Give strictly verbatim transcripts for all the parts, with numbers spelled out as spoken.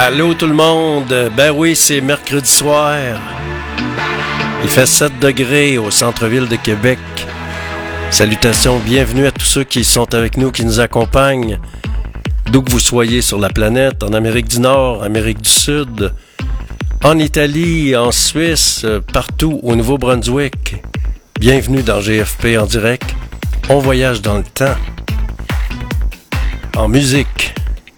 Allô tout le monde, ben oui, c'est mercredi soir. Il fait sept degrés au centre-ville de Québec. Salutations, bienvenue à tous ceux qui sont avec nous, qui nous accompagnent. D'où que vous soyez sur la planète, en Amérique du Nord, Amérique du Sud, en Italie, en Suisse, partout au Nouveau-Brunswick. Bienvenue dans G F P en direct. On voyage dans le temps. En musique.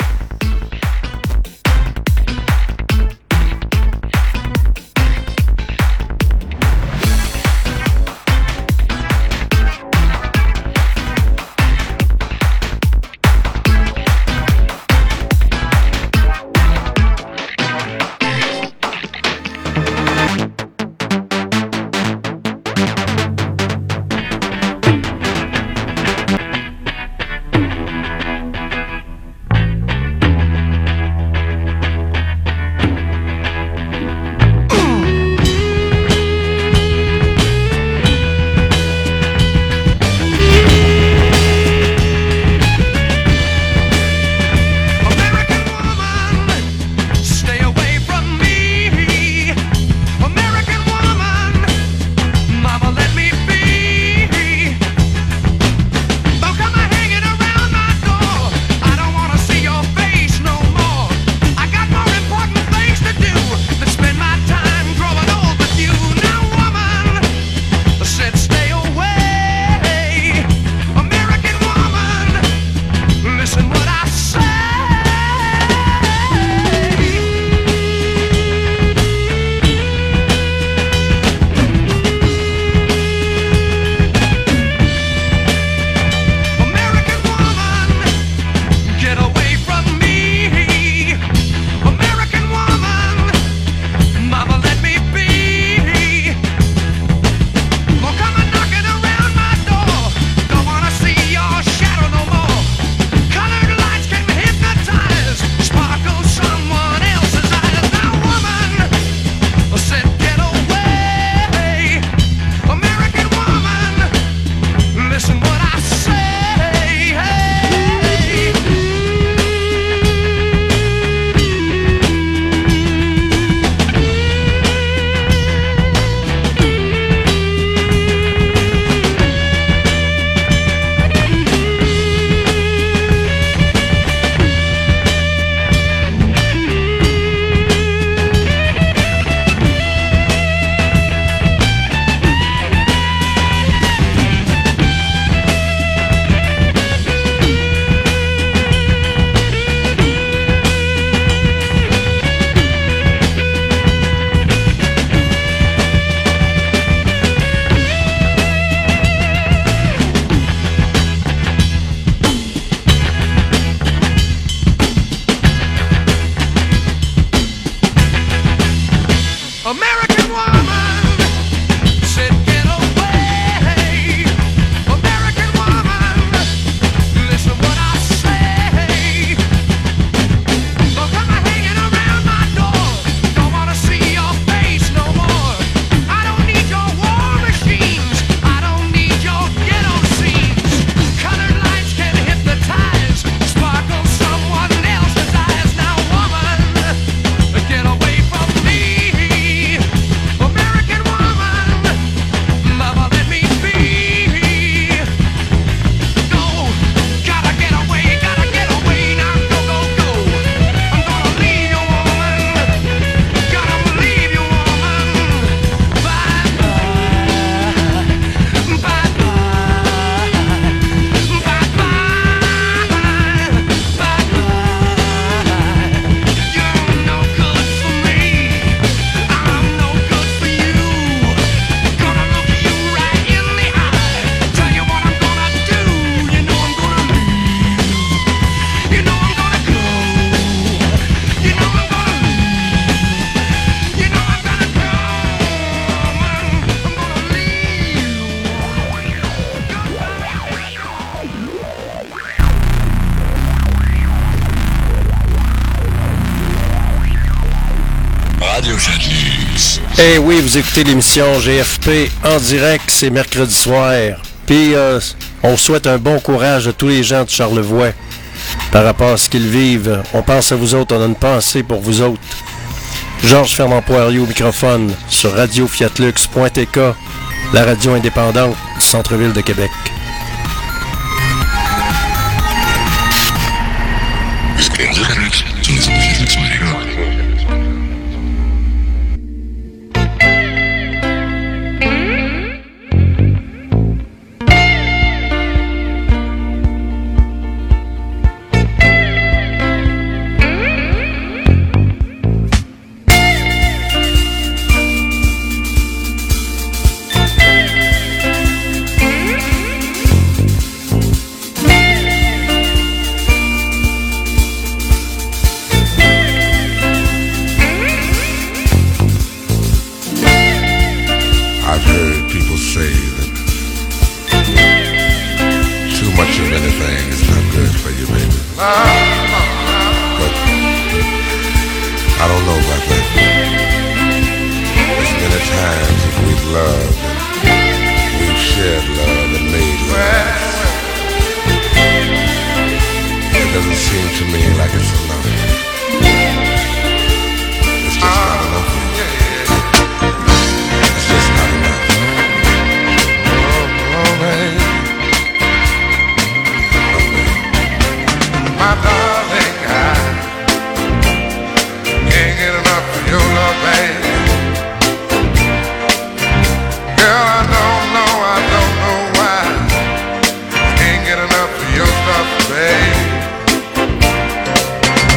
Eh hey, oui, vous écoutez l'émission G F P en direct, c'est mercredi soir. Puis, euh, on souhaite un bon courage à tous les gens de Charlevoix. par rapport à ce qu'ils vivent. On pense à vous autres, on a une pensée pour vous autres. Georges Fernand Poirier au microphone sur radio fiat lux point t k, la radio indépendante du centre-ville de Québec. Get enough of your stuff, babe.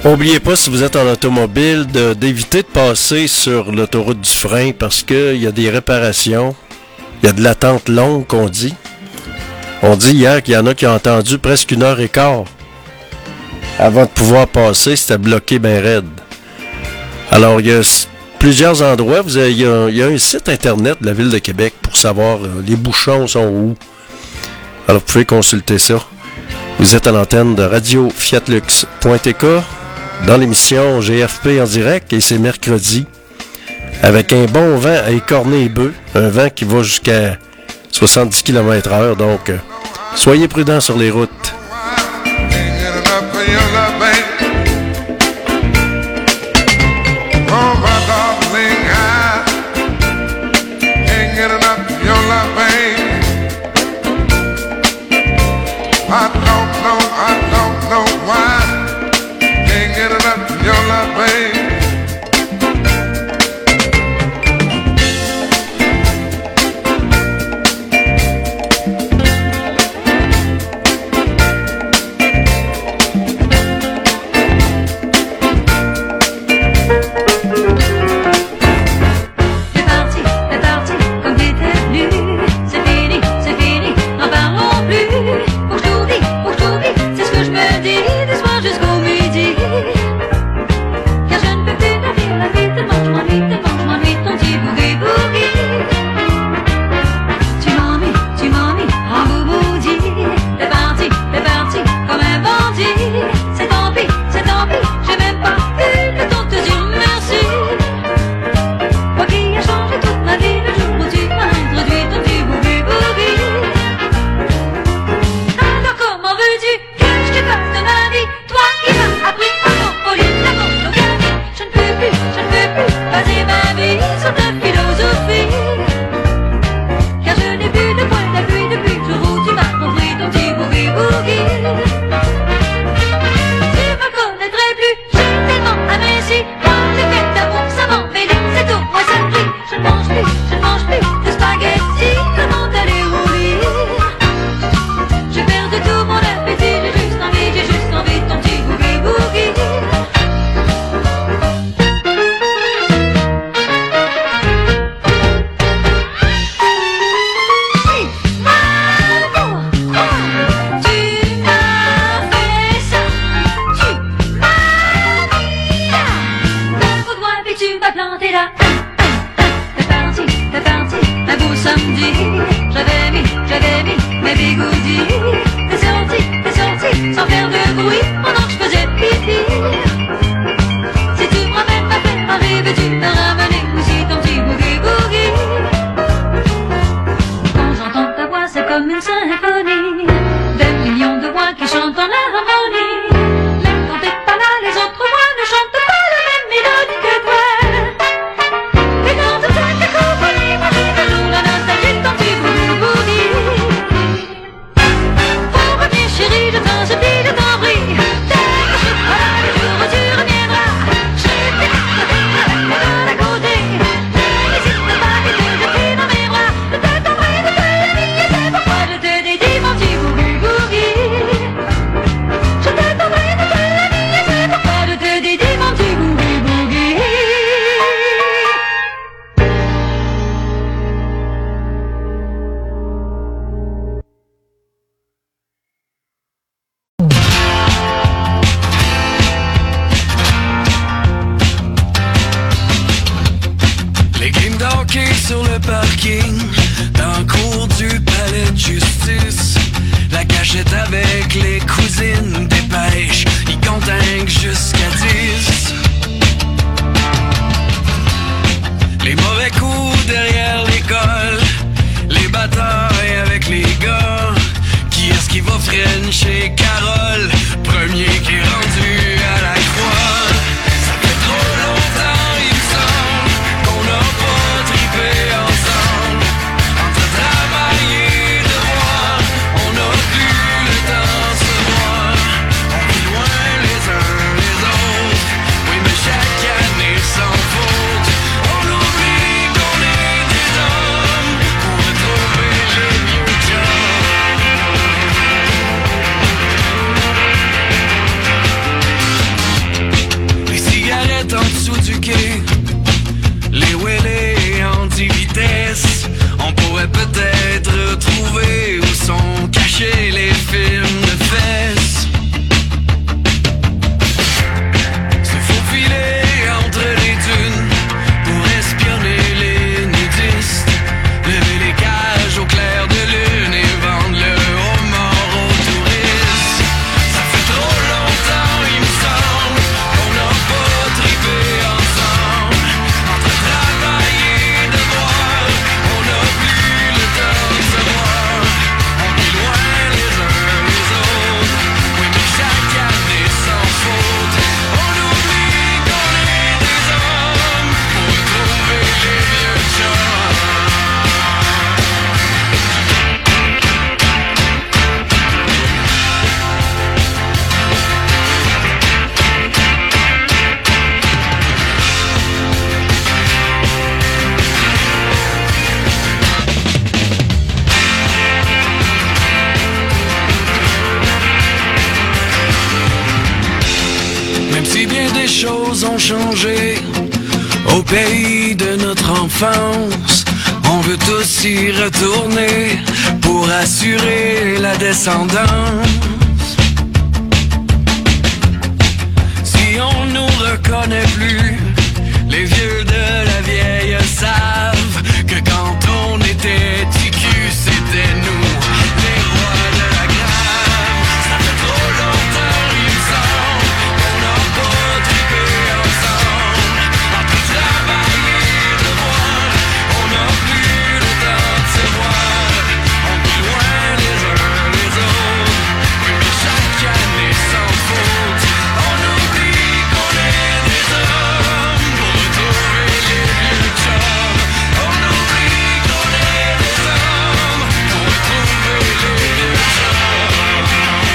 N'oubliez pas, si vous êtes en automobile, de, d'éviter de passer sur l'autoroute du frein parce qu'il y a des réparations. Il y a de l'attente longue qu'on dit. On dit hier qu'il y en a qui ont entendu presque une heure et quart avant de pouvoir passer. C'était bloqué bien raide. Alors, il y a plusieurs endroits. Vous avez, il, y a, il y a un site internet de la Ville de Québec pour savoir euh, les bouchons sont où. Alors, vous pouvez consulter ça. Vous êtes à l'antenne de radio fiat lux point t k dans l'émission G F P en direct et c'est mercredi avec un bon vent à écorner les bœufs, un vent qui va jusqu'à soixante-dix kilomètres heure, donc euh, soyez prudents sur les routes. I don't know, I don't know why. Can't get enough of your love, babe. Si bien des choses ont changé au pays de notre enfance, on veut tous y retourner pour assurer la descendance. Si on nous reconnaît plus, les vieux de la vieille savent que quand on était T Q, c'était nous, les rois de la grave. Ça fait trop longtemps, il me semble, qu'on n'a pas trippé ensemble. Entre travail et devoir, on n'a plus le temps de se voir. On vit loin les uns les autres, oui, mais chaque année sans faute, on oublie qu'on est des hommes pour retrouver les vieux chums. On oublie qu'on est des hommes pour retrouver les vieux chums.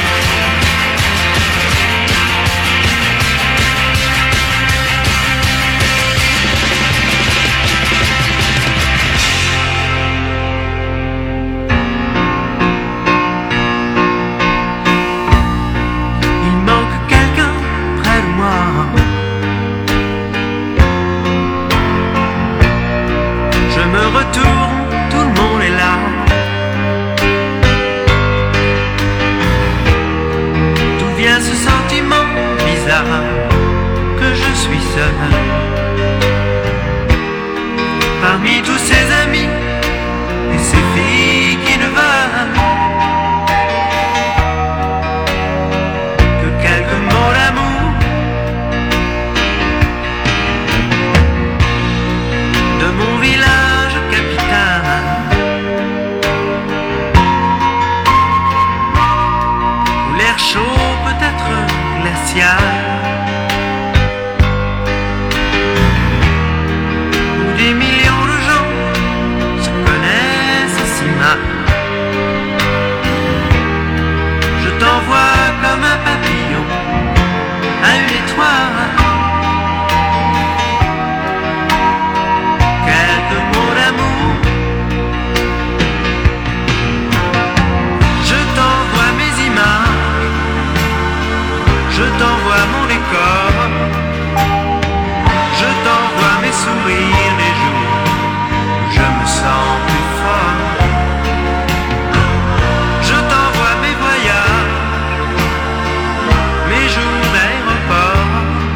Il manque quelqu'un près de moi. Je me retourne, tout le monde est là. D'où vient ce sentiment bizarre que je suis seul parmi tous ces amis et ces filles qui ne veulent que quelques mots d'amour, de mon village capital, où l'air chaud peut être glacial, où des millions de gens se connaissent si mal. Je t'envoie comme un papillon à une étoile, quelques mots d'amour. Je t'envoie mes images, je t'envoie mon décor, je t'envoie mes sourires les jours où je me sens plus fort. Je t'envoie mes voyages, mes jours d'aéroport,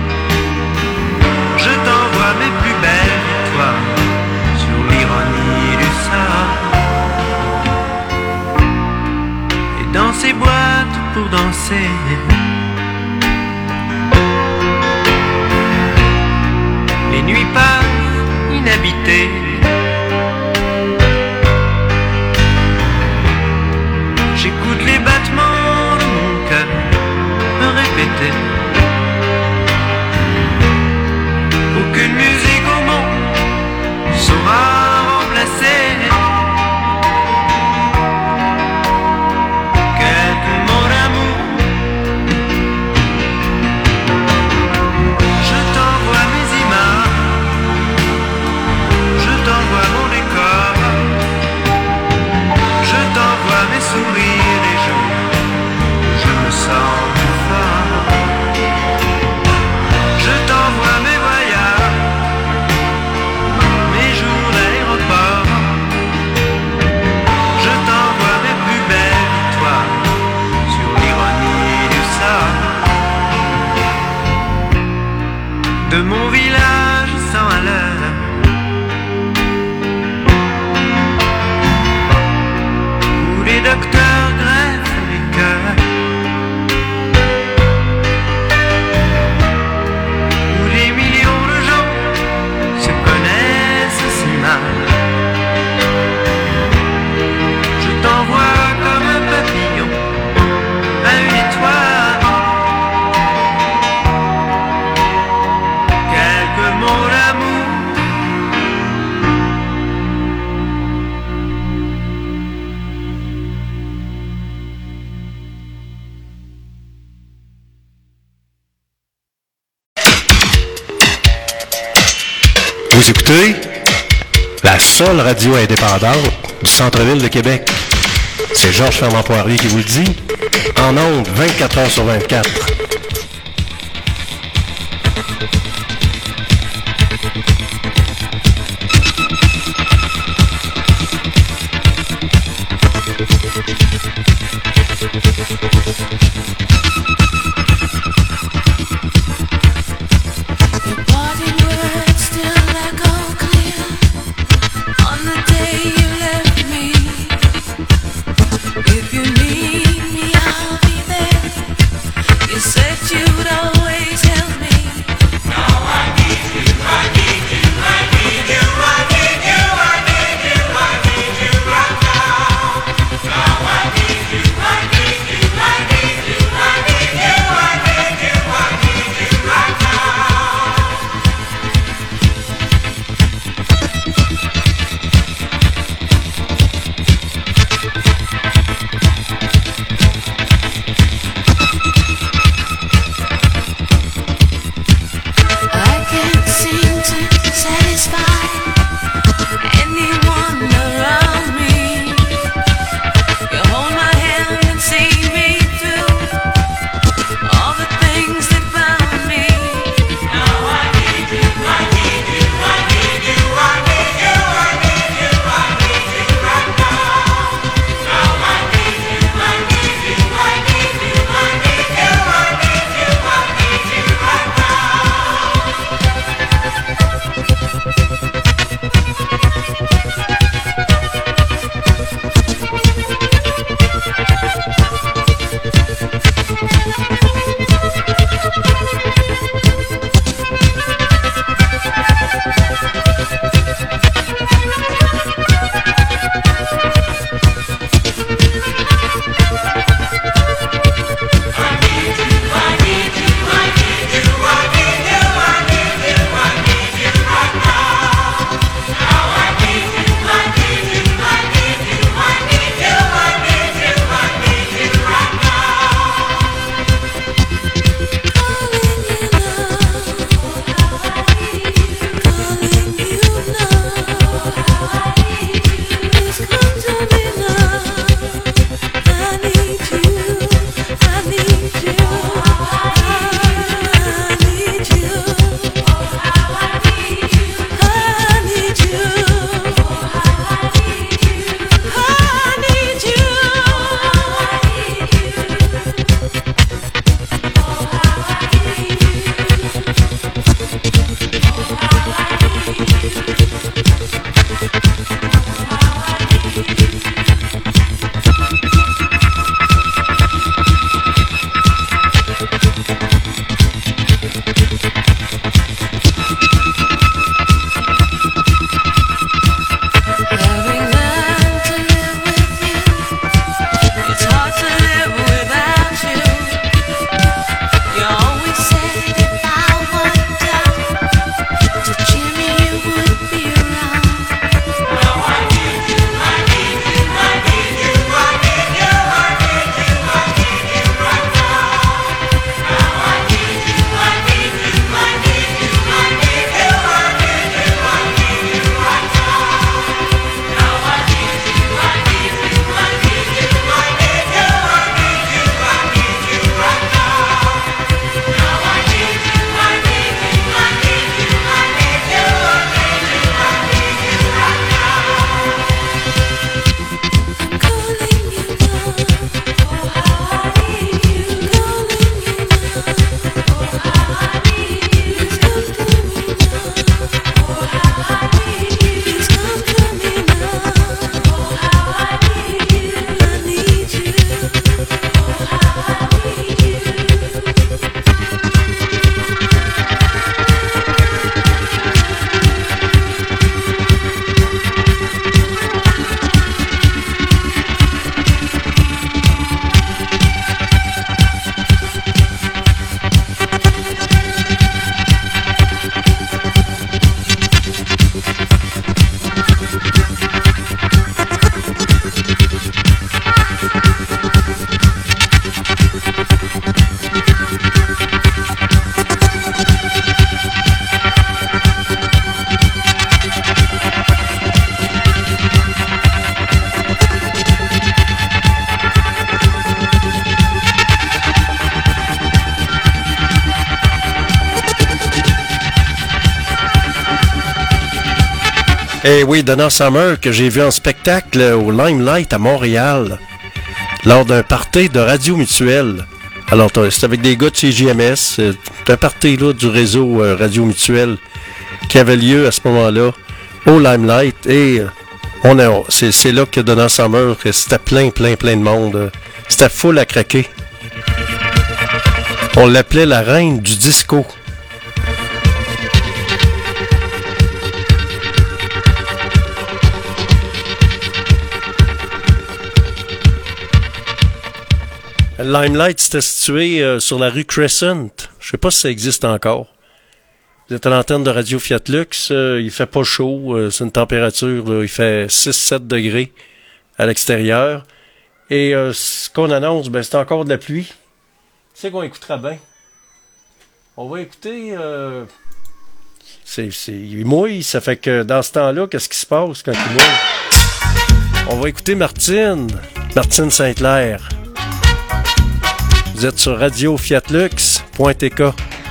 je t'envoie mes plus belles victoires sur l'ironie du sort. Et dans ces boîtes pour danser, les nuits passent inhabitées. J'écoute les battements de mon cœur me répéter. Aucune musique au monde saura remplacer quelques mots d'amour. Je t'envoie mes images, je t'envoie mon décor, je t'envoie mes sourires les jours où je me sens plus fort. Je t'envoie mes voyages, mes jours d'aéroport, je t'envoie mes plus belles victoires sur l'ironie du sort. De mon village sans à l'heure, où les docteurs greffent les cœurs, où des millions de gens se connaissent si mal. Je t'envoie comme un papillon à une étoile, quelques mots d'amour. Vous écoutez la seule radio indépendante du centre-ville de Québec. C'est Georges Fernand Poirier qui vous le dit. En ondes, vingt-quatre heures sur vingt-quatre. Eh oui, Donna Summer, que j'ai vu en spectacle au Limelight à Montréal. lors d'un party de Radio Mutuelle. Alors, c'est avec des gars de chez J M S. C'est un party là, du réseau euh, Radio Mutuelle qui avait lieu à ce moment-là au Limelight. Et euh, on a, c'est, c'est là que Donna Summer, que c'était plein, plein, plein de monde. C'était full à craquer. On l'appelait la reine du disco. Limelight, c'était situé euh, sur la rue Crescent. Je sais pas si ça existe encore. Vous êtes à l'antenne de Radio Fiat Lux. Euh, il fait pas chaud. Euh, c'est une température, là, il fait six sept degrés à l'extérieur. Et euh, ce qu'on annonce, ben, c'est encore de la pluie. C'est qu'on écoutera bien. On va écouter... Euh, c'est, c'est, il mouille, ça fait que dans ce temps-là, qu'est-ce qui se passe quand il mouille? On va écouter Martine. Martine Saint-Clair. Vous êtes sur radio fiat lux point t k.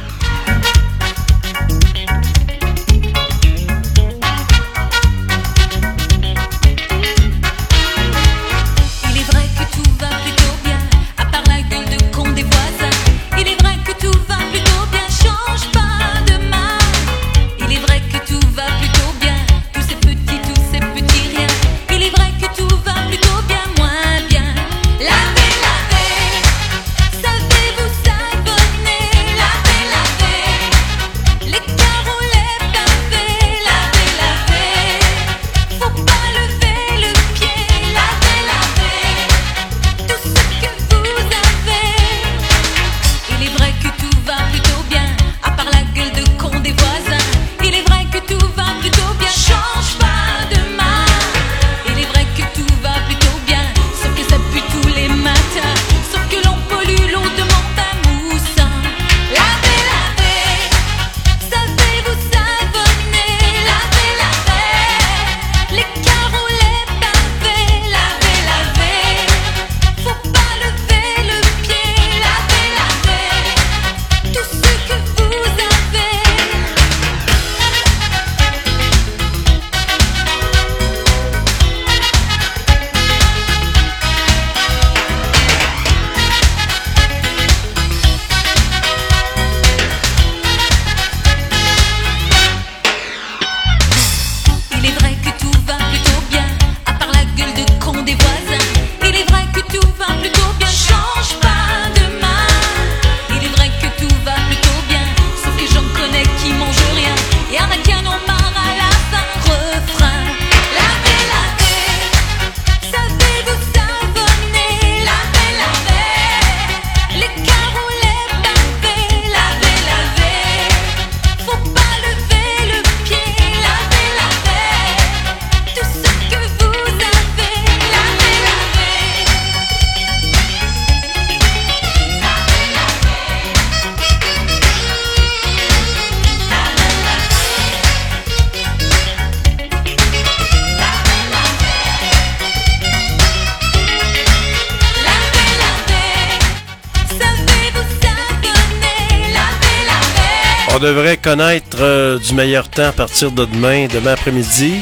On devrait connaître euh, du meilleur temps à partir de demain, demain après-midi.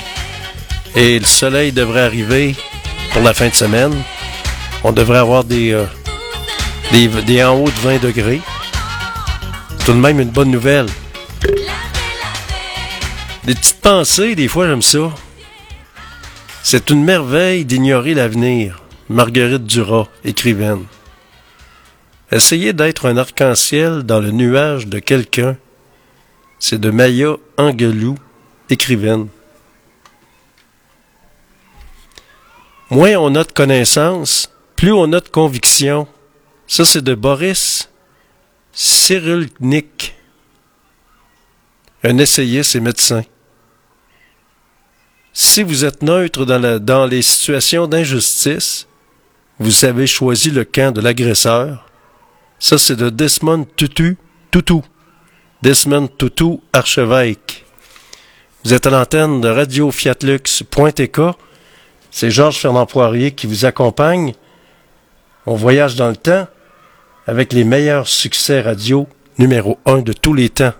Et le soleil devrait arriver pour la fin de semaine. On devrait avoir des, euh, des, des en haut de vingt degrés. C'est tout de même une bonne nouvelle. Des petites pensées, des fois j'aime ça. C'est une merveille d'ignorer l'avenir. Marguerite Duras, écrivaine. Essayez d'être un arc-en-ciel dans le nuage de quelqu'un. C'est de Maya Angelou, écrivaine. Moins on a de connaissances, plus on a de convictions. Ça, c'est de Boris Cyrulnik, un essayiste et médecin. Si vous êtes neutre dans, la, dans les situations d'injustice, vous avez choisi le camp de l'agresseur. Ça, c'est de Desmond Tutu, Tutu. Desmond Tutu, archevêque. Vous êtes à l'antenne de radio fiat lux point t k. C'est Georges Fernand Poirier qui vous accompagne. On voyage dans le temps avec les meilleurs succès radio numéro un de tous les temps.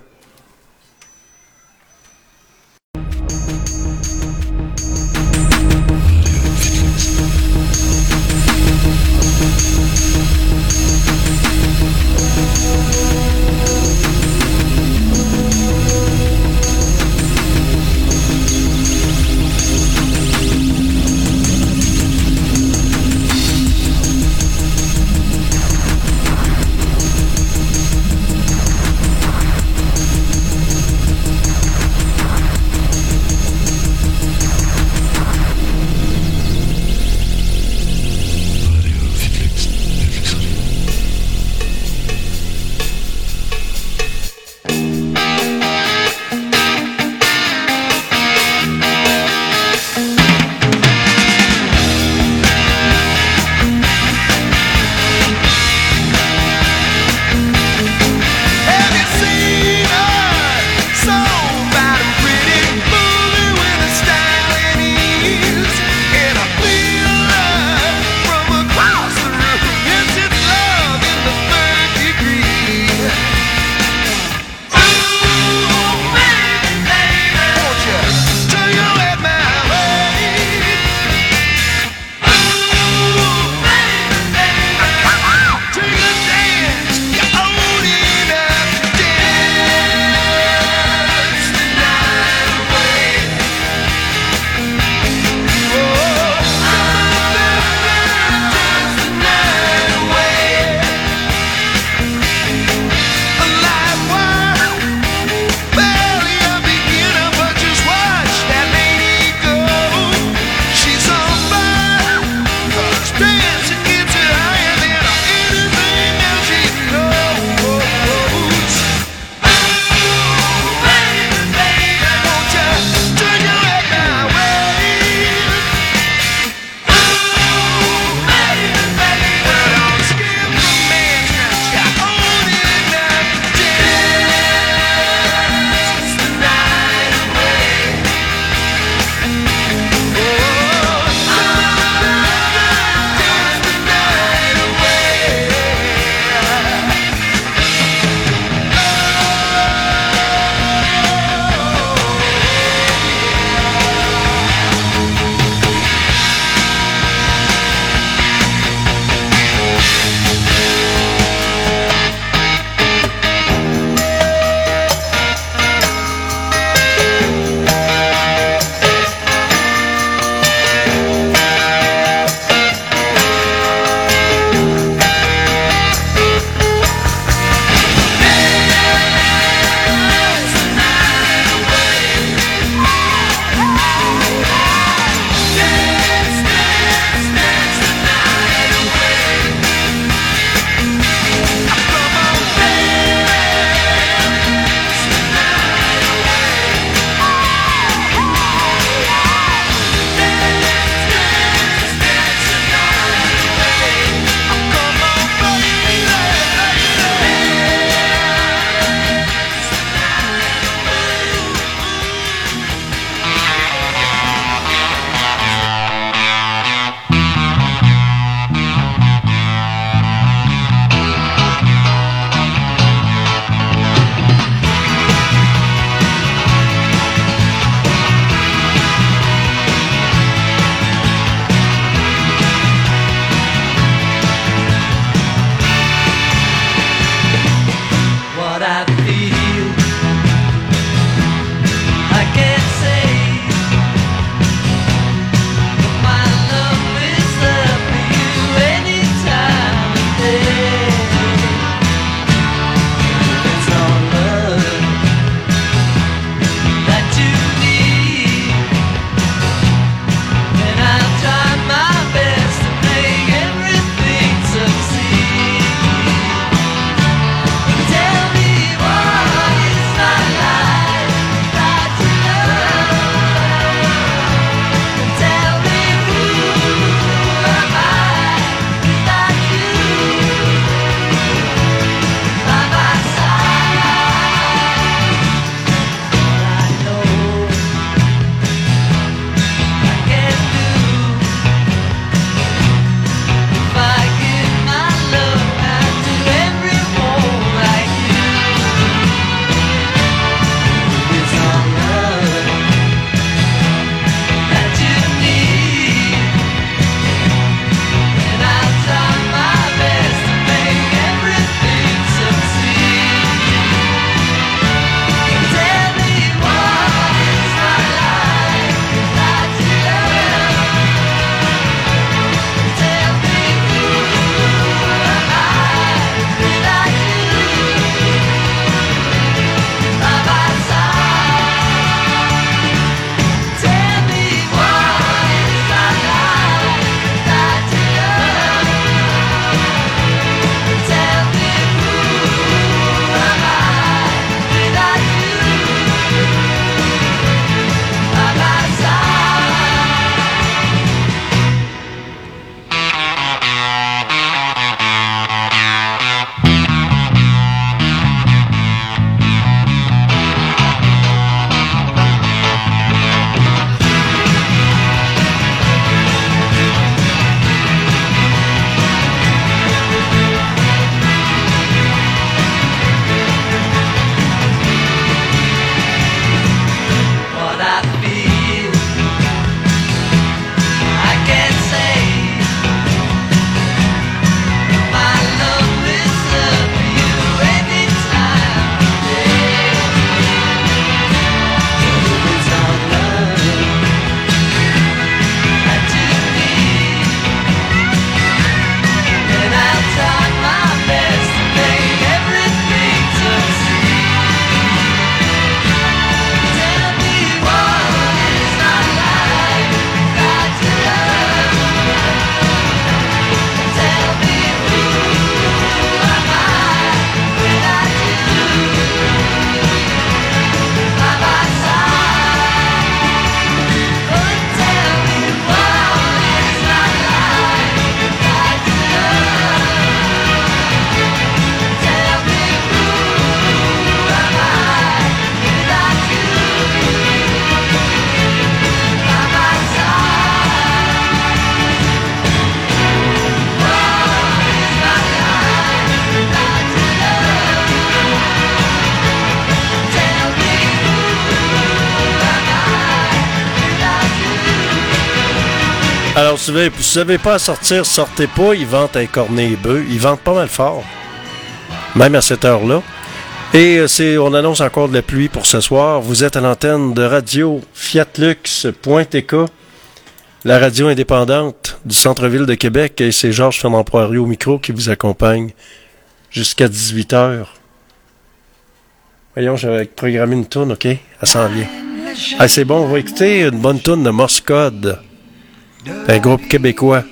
Alors, si vous n'avez pas à sortir, sortez pas. Ils vendent un cornet bœuf. Ils vendent pas mal fort. Même à cette heure-là. Et euh, c'est, on annonce encore de la pluie pour ce soir. Vous êtes à l'antenne de radio fiatlux point t k, la radio indépendante du centre-ville de Québec. Et c'est Georges Fernand Poirier au micro qui vous accompagne jusqu'à dix-huit heures. Voyons, j'avais programmé une toune, OK? Elle s'en vient. Ah, c'est bon, on va écouter une bonne toune de Morse Code, un groupe québécois.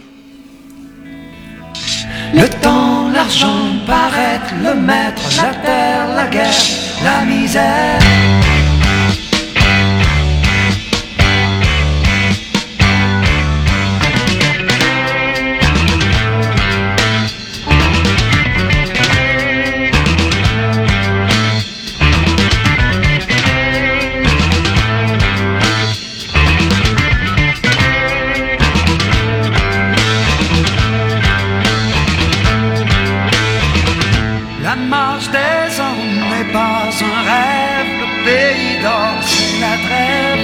Le temps, l'argent, paraître, le maître, la terre, la guerre, la misère. La marche des hommes n'est pas un rêve, le pays d'or c'est la trêve.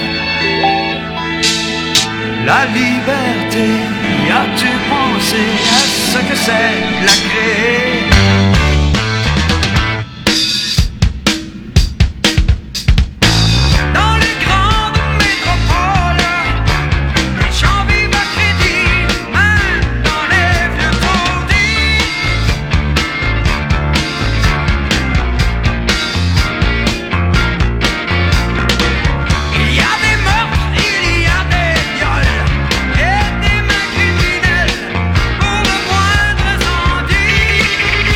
La liberté, y as-tu pensé à ce que c'est la créer? Dans les grandes métropoles, les gens vivent à crédit, même dans les vieux taudis. Il y a des meurtres, il y a des viols et des mains criminelles pour le moindre incendie.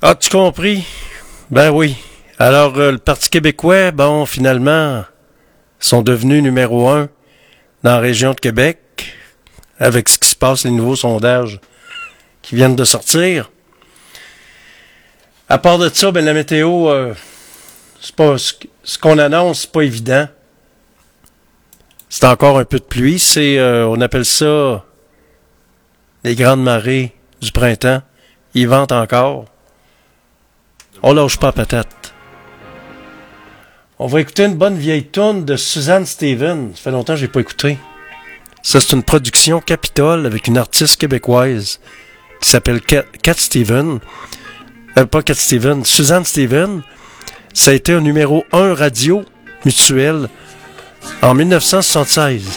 As-tu compris? Ben oui. Alors, euh, le Parti québécois, bon, finalement, sont devenus numéro un dans la région de Québec, avec ce qui se passe, les nouveaux sondages qui viennent de sortir. À part de ça, ben la météo, euh, c'est pas ce, ce qu'on annonce, c'est pas évident. C'est encore un peu de pluie. C'est, euh, on appelle ça les grandes marées du printemps. Ils ventent encore. On lâche pas patate. On va écouter une bonne vieille tourne de Suzanne Steven. Ça fait longtemps que j'ai pas écouté. Ça, c'est une production Capitole avec une artiste québécoise qui s'appelle Cat, Cat Steven. Euh, pas Cat Steven, Suzanne Steven. Ça a été un numéro un radio mutuel en dix-neuf cent soixante-seize.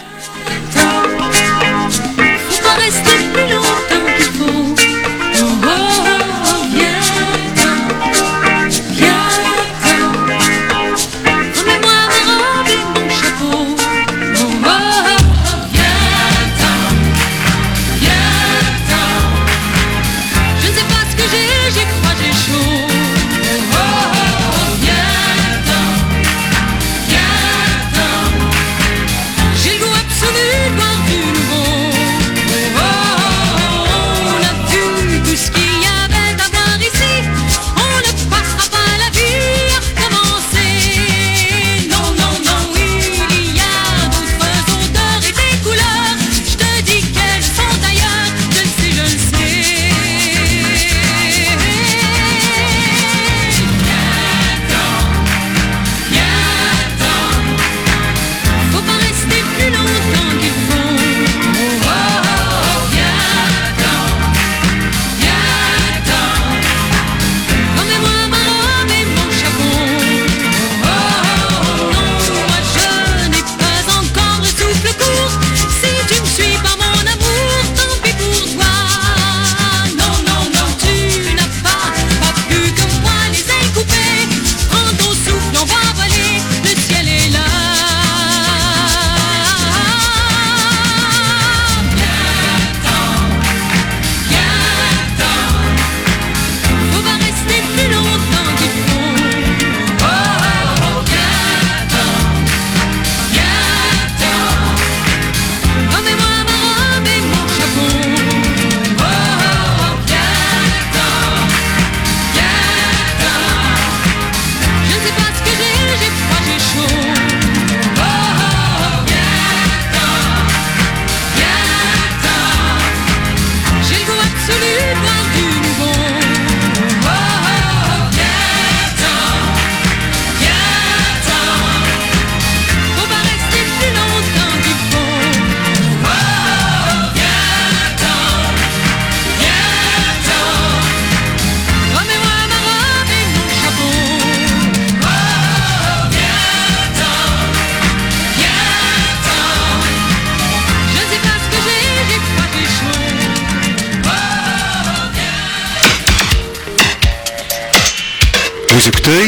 Vous écoutez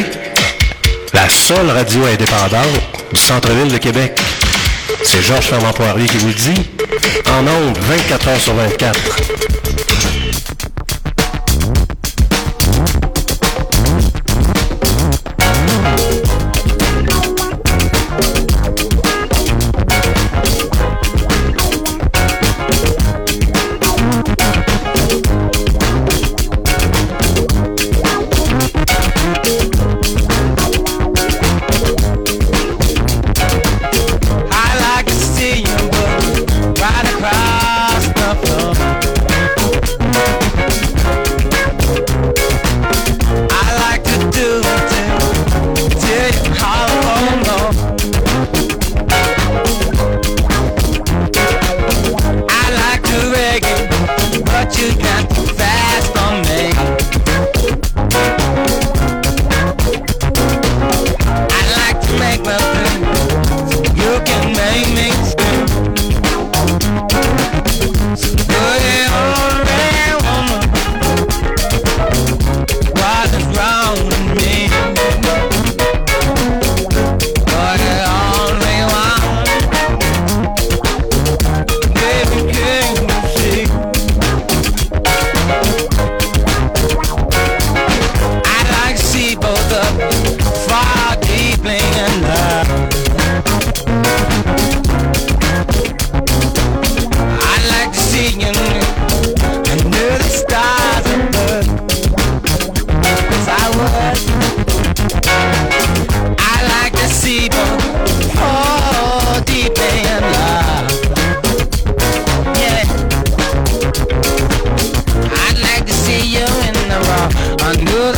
la seule radio indépendante du centre-ville de Québec. C'est Georges Fernand Poirier qui vous le dit, en ondes vingt-quatre heures sur vingt-quatre. I like to see you look right across the floor.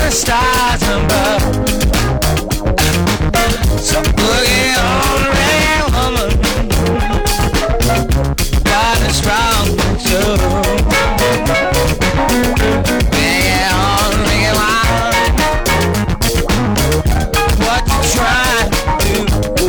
the stars above. So boogie on, rain woman, got a strong soul. Yeah, on, ring wild. What you trying to do?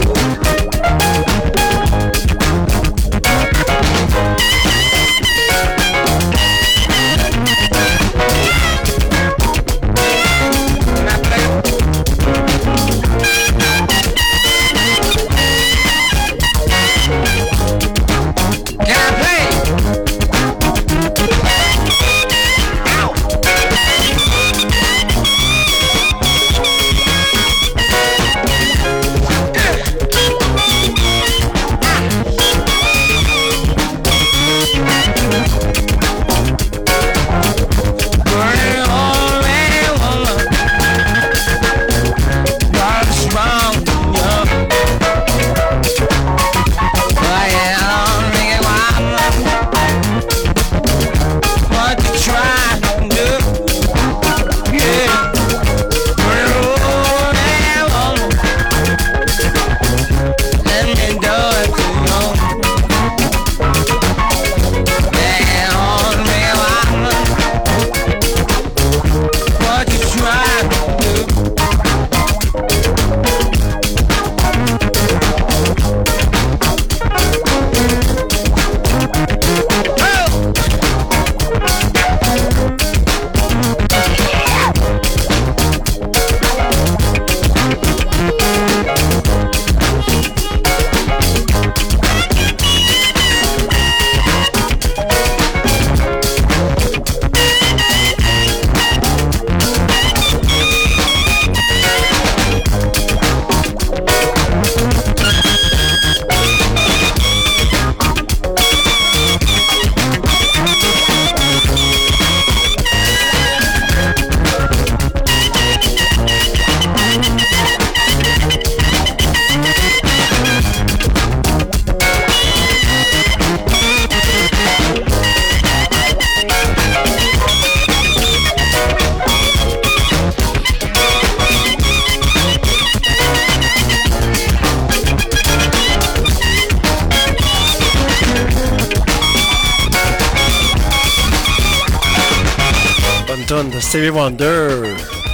De Stevie Wonder.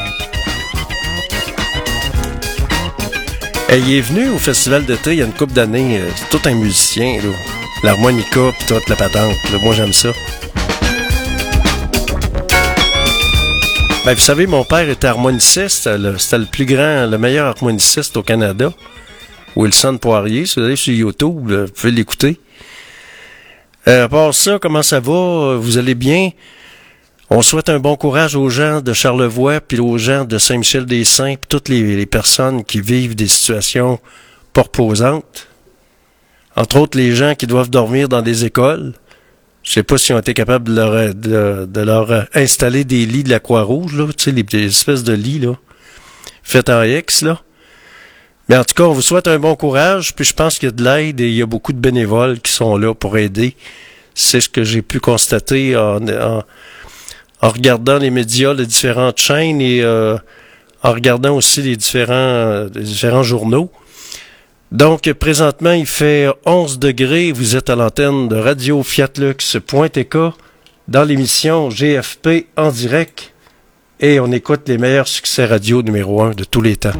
Et il est venu au festival d'été il y a une couple d'années. Euh, c'est tout un musicien, là. L'harmonica pis toute la patente. Là. Moi, j'aime ça. Ben, vous savez, mon père était harmoniciste. Là. C'était le plus grand, le meilleur harmoniciste au Canada. Wilson Poirier. Si vous allez sur YouTube, là, vous pouvez l'écouter. Euh, à part ça, comment ça va? Vous allez bien? On souhaite un bon courage aux gens de Charlevoix, puis aux gens de Saint-Michel-des-Saints, puis toutes les, les personnes qui vivent des situations pas reposantes. Entre autres, les gens qui doivent dormir dans des écoles. Je sais pas si on été capables de leur, de, de leur installer des lits de la Croix-Rouge, là, tu sais, les, les espèces de lits, là, faits en X, là. Mais en tout cas, on vous souhaite un bon courage, puis je pense qu'il y a de l'aide et il y a beaucoup de bénévoles qui sont là pour aider. C'est ce que j'ai pu constater en... en en regardant les médias, les différentes chaînes et euh, en regardant aussi les différents, euh, les différents journaux. Donc, présentement, il fait onze degrés. Vous êtes à l'antenne de Radio Fiatlux.tk dans l'émission G F P en direct. Et on écoute les meilleurs succès radio numéro un de tous les temps.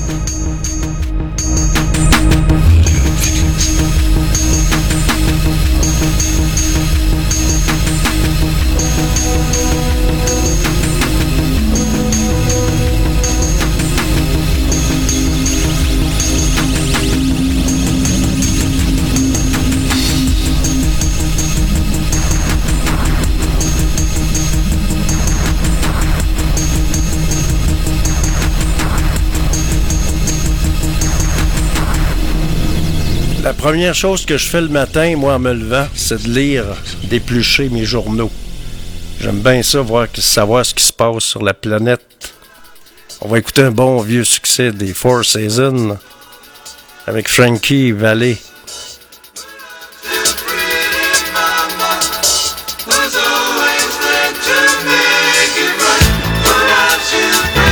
La première chose que je fais le matin, moi, en me levant, c'est de lire, d'éplucher mes journaux. J'aime bien ça, voir, savoir ce qui se passe sur la planète. On va écouter un bon vieux succès des Four Seasons avec Frankie Valli. Was always there to make it right. Without you.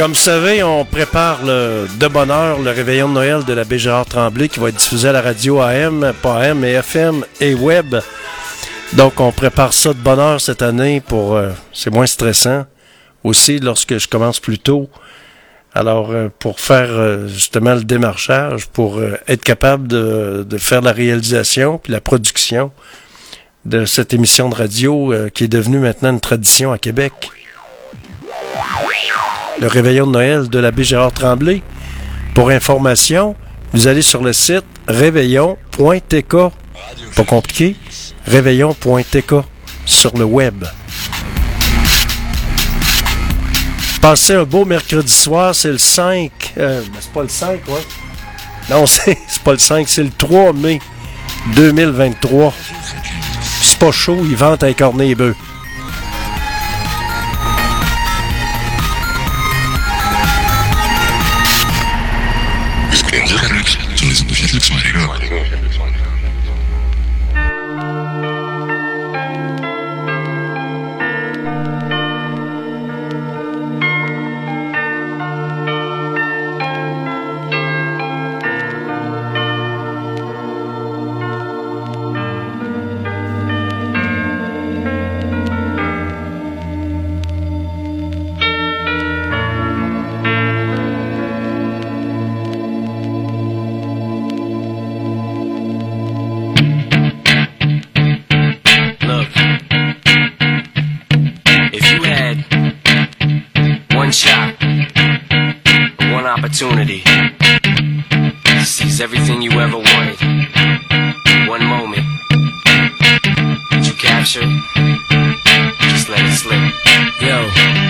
Comme vous savez, on prépare le, de bonne heure le réveillon de Noël de l'abbé Gérard Tremblay qui va être diffusé à la radio A M, pas A M, mais F M et web. Donc, on prépare ça de bonne heure cette année pour... Euh, c'est moins stressant aussi lorsque je commence plus tôt. Alors, euh, pour faire euh, justement le démarchage, pour euh, être capable de, de faire la réalisation puis la production de cette émission de radio euh, qui est devenue maintenant une tradition à Québec. Le réveillon de Noël de l'abbé Gérard Tremblay. Pour information, vous allez sur le site réveillon point t k. Pas compliqué. réveillon point t k sur le web. Passez un beau mercredi soir, c'est le cinq. Euh, ben c'est pas le cinq, ouais. Non, c'est, c'est pas le cinq, c'est le trois mai deux mille vingt-trois. C'est pas chaud, ils vendent un cornet et bœuf. Opportunity to seize everything you ever wanted. One moment. Did you capture it? Just let it slip. Yo.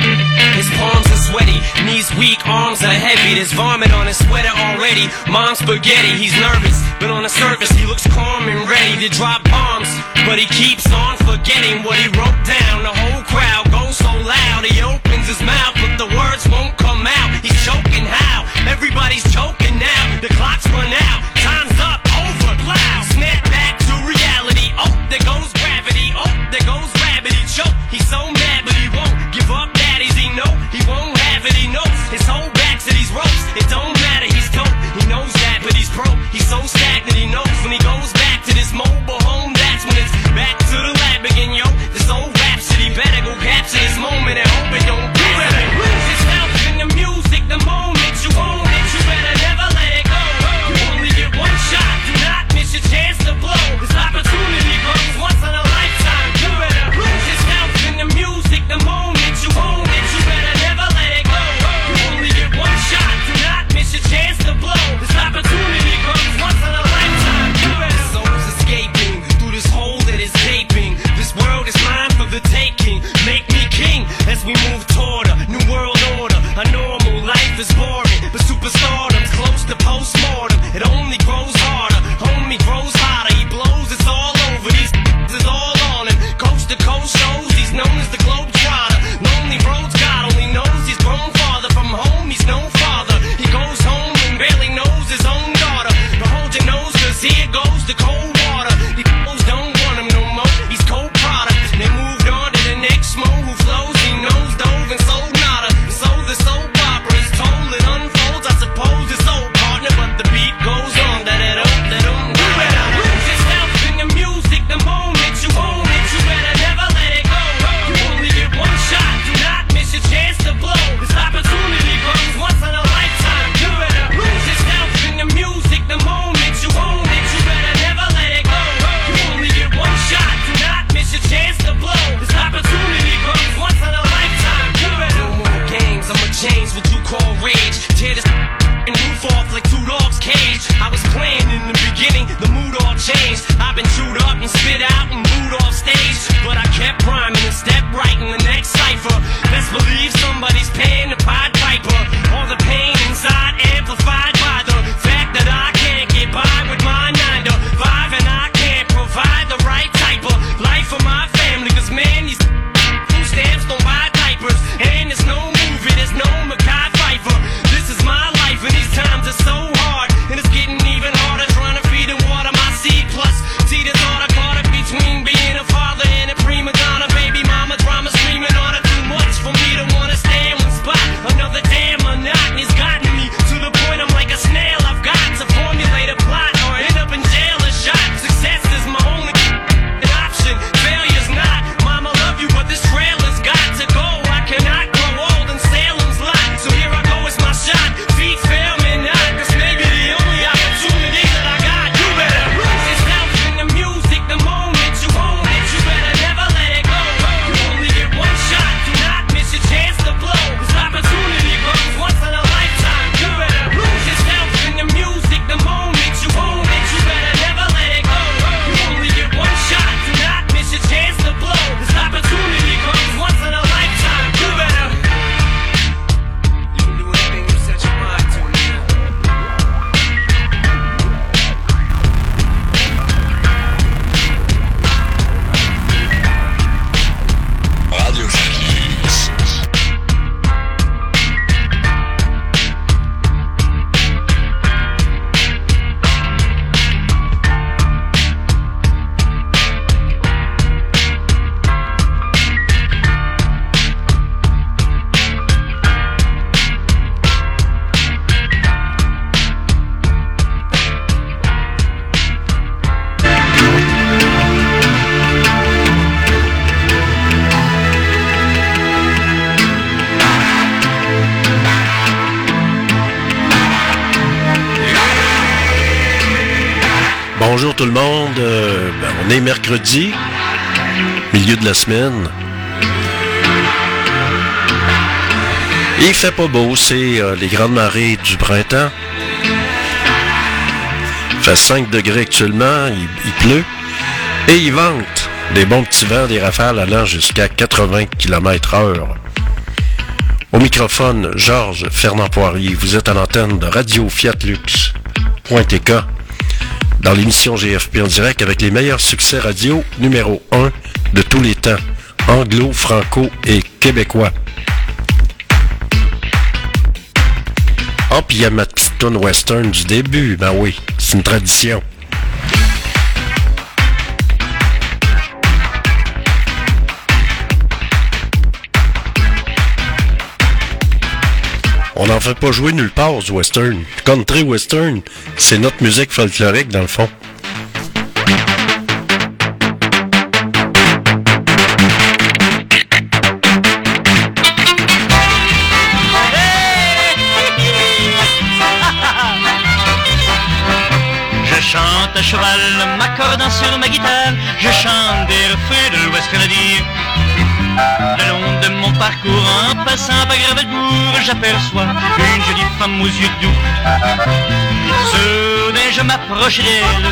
His palms are sweaty, knees weak, arms are heavy. There's vomit on his sweater already. Mom's spaghetti, he's nervous, but on the surface he looks calm and ready to drop bombs. But he keeps on forgetting what he wrote down. The whole crowd goes so loud. He opens his mouth, but the words won't come out. He's choking how? Everybody's choking now. The clock's run out. Time's up. Over. Loud. Snap back to reality. Oh, there goes gravity. Oh, there goes gravity. Choke. He's so mad, but he won't give up. Daddies, he know he won't have it. He knows his whole back to these ropes. It don't matter. He's dope. He knows that, but he's broke. He's so stagnant. He knows when he goes back to this mobile home. That's when it's back to the lab again, yo. This old rhapsody better go capture this moment and hope it don't do it. Lose itself in the music the moment. You own it, you better never let it go. You only get one shot, do not miss your chance to blow. This opportunity comes once in a lifetime. You better lose yourself in the music the moment you own it. You better never let it go. You only get one shot, do not miss your chance to blow. This opportunity comes once in a lifetime. You better. Souls escaping through this hole that is gaping. This world is mine for the taking. Make me king as we move toward a new world order. A normal life is boring, but superstardom's close to postmortem. It only grows harder, homie grows hotter. He blows, it's all over. These is all on him. Coast to coast shows, he's known as the Globetrotter. Lonely roads, God only knows he's grown farther from home. He's no father. He goes home and barely knows his own daughter. But hold your nose, cause here goes the cold water. These fools don't want him no more. He's cold product. They moved on to the next mo who flows. He knows dove and sold nada. So the soap opera is told, it unfolds. I suppose it's old partner, but the beat goes on. That it up, that um. You better lose yourself in the music the moment you own it. You better never let it go. You only get one shot, do not miss your chance to blow. This opportunity comes once in a lifetime. You better lose yourself in the music the moment you own it. You better never let it go. You only get one shot, do not miss your chance to blow. This opportunity comes once in a lifetime. You better. No more games, I'ma change what you call rage. Tear this and roof off like two dogs' cage. I was playing in the beginning, the mood all changed. I've been chewed up and spit out and booed off stage, but I kept rhyming and stepped right in the next cipher. Best believe somebody's paying the Pied Piper. All the pain inside amplified by the fact that I can't get by with my nine to five, and I can't provide the right type of life for my family. Cause man, these food stamps don't buy diapers, and there's no movie, there's no Mackay Pfeiffer. This is my life and these times are so hard, and it's getting even harder trying to feed and water my seed. Plus, see the thought I caught up between being a father and a prima donna. Baby mama drama screaming on her too much for me to wanna stay in one spot. Bonjour tout le monde, euh, ben, on est mercredi, milieu de la semaine. Et il fait pas beau, c'est euh, les grandes marées du printemps. Il fait cinq degrés actuellement, il, il pleut. Et il vente des bons petits vents, des rafales allant jusqu'à quatre-vingts kilomètres heure. Au microphone, Georges Fernand Poirier, vous êtes à l'antenne de Radio Fiat Lux point T K dans l'émission G F P en direct avec les meilleurs succès radio numéro un de tous les temps, anglo, franco et québécois. Oh, puis il y a ma petite toune western du début, ben oui, c'est une tradition. On n'en fait pas jouer nulle part du western. Country western, c'est notre musique folklorique dans le fond. Je chante à cheval, m'accordant sur ma guitare, je chante des refrains de l'Ouest canadien. Le long de mon parcours, en passant par Gravelbourg, j'aperçois une jolie femme aux yeux doux. Soudain je m'approche d'elle,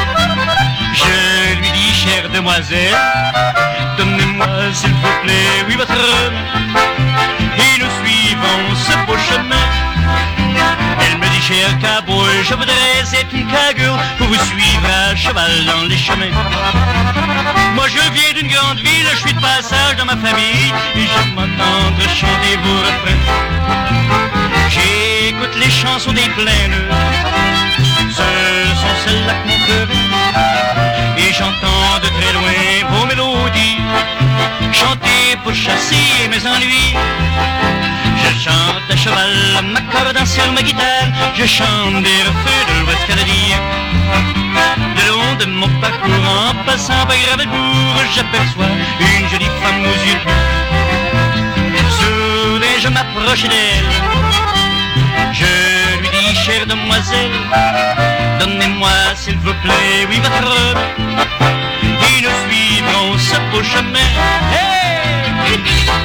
je lui dis, chère demoiselle, donnez-moi s'il vous plaît, oui, votre main, et nous suivons ce beau chemin. Elle me dit, cher cowboy, je voudrais être une cowgirl pour vous suivre à cheval dans les chemins. Moi je viens d'une grande ville, je suis de passage dans ma famille et j'aime m'entendre chanter vos refrains. J'écoute les chansons des plaines, ce sont celles-là que mon cœur aime. Et j'entends de très loin vos mélodies, chanter pour chasser mes ennuis. Je chante à cheval, m'accordant sur ma guitare, je chante des refrains de l'Ouest canadien. Le long de mon parcours, en passant par Gravelbourg, j'aperçois une jolie femme aux yeux bleus. Soudain je m'approche d'elle, je lui dis, chère demoiselle, donnez-moi s'il vous plaît, oui, votre main, et nous suivrons ce beau chemin. Hey!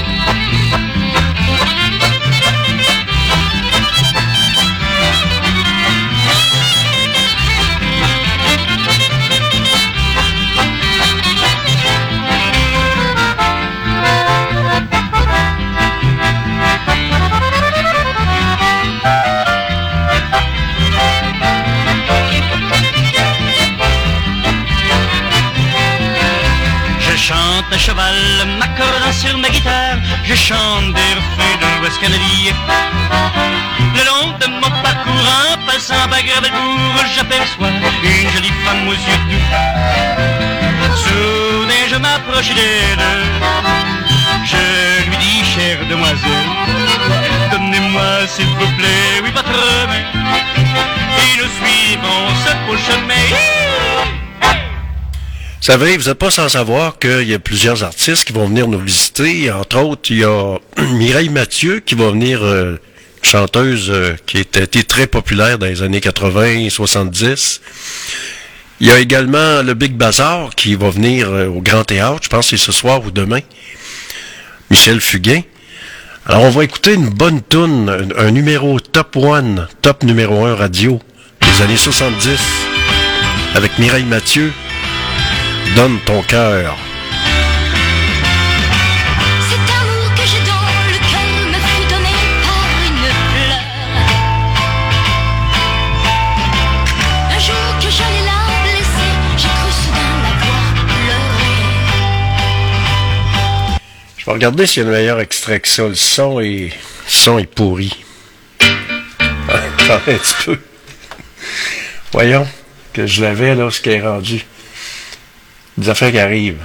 chante à cheval, m'accordant sur ma guitare, je chante des refrains de l'Ouest canadien. Le long de mon parcours, en passant par Gravelbourg, j'aperçois une jolie femme aux yeux doux. Soudain je m'approche d'elle, je lui dis, chère demoiselle, donnez-moi s'il vous plaît, oui, votre main, et nous suivons ce beau chemin. Vous savez, vous n'êtes pas sans savoir qu'il y a plusieurs artistes qui vont venir nous visiter. Entre autres, il y a Mireille Mathieu qui va venir, euh, chanteuse euh, qui a été très populaire dans les années quatre-vingts et soixante-dix. Il y a également le Big Bazar qui va venir euh, au Grand Théâtre, je pense que c'est ce soir ou demain. Michel Fugain. Alors, on va écouter une bonne toune, un, un numéro top one, top numéro un radio des années soixante-dix avec Mireille Mathieu. Donne ton cœur. Cet amour que j'ai dans le cœur me fut donné par une fleur. Un jour que j'allais la blesser, j'ai cru soudain la voir pleurer. Je vais regarder s'il y a le meilleur extrait que ça. Le son est, le son est pourri. Attends un petit peu. Voyons que je l'avais là, ce qui est rendu. Des affaires qui arrivent.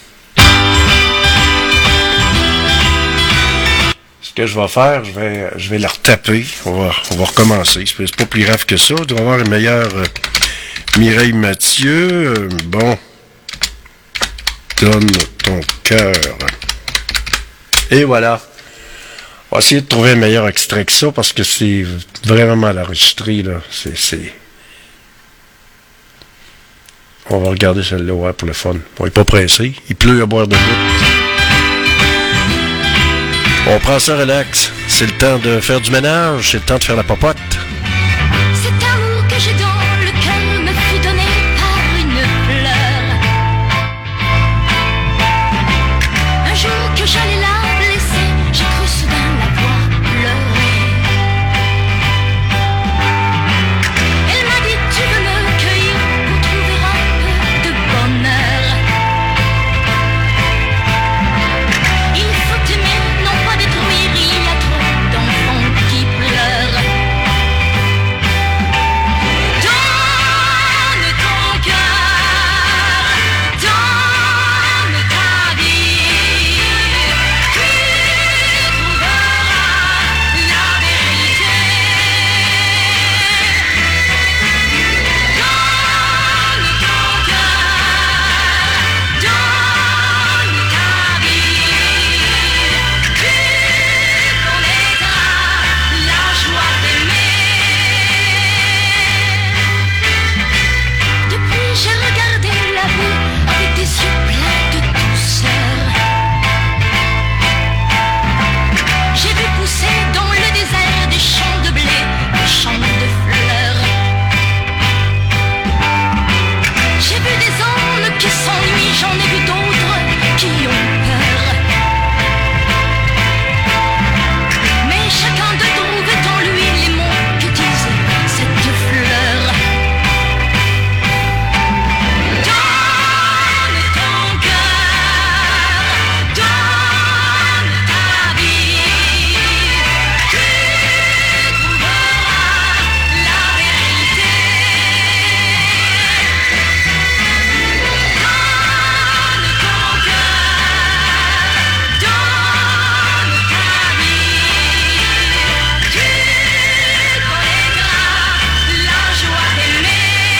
Ce que je vais faire, je vais, je vais la retaper. On va, on va recommencer. C'est pas plus grave que ça. On doit avoir une meilleure euh, Mireille Mathieu. Euh, bon. Donne ton cœur. Et voilà. On va essayer de trouver un meilleur extrait que ça parce que c'est vraiment mal enregistré, là. C'est, c'est... On va regarder celle-là, ouais, pour le fun. On n'est pas pressé. Il pleut à boire de l'eau. On prend ça relax. C'est le temps de faire du ménage. C'est le temps de faire la popote. Cet amour que j'ai dans le cœur me fut donné par une fleur. Un jour que j'allais la blesser, j'ai cru soudain la voir pleurer. Elle m'a dit tu veux me cueillir pour trouver un peu de bonheur. Il faut aimer, non pas détruire, il y a trop d'enfants qui pleurent. Donne ton cœur, donne ta vie, tu trouveras la vérité. Donne ton cœur, donne ta vie, tu connaîtras la joie d'aimer. Depuis j'ai regardé la vie avec des yeux pleins de douceur. J'ai vu pousser dans le désert des champs de blé, des champs de fleurs. J'ai vu des hommes qui s'ennuient, j'en ai vu d'autres qui ont peur. Mais chacun de trouvait en lui les mots que disait cette fleur. Donne ton cœur, donne ta vie, tu trouveras la vérité. Donne ton cœur, donne ta vie, tu connaîtras la joie d'aimer.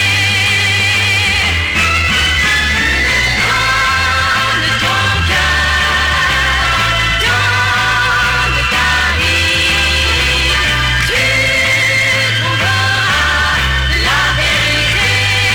Donne ton cœur, donne ta vie, tu trouveras la vérité.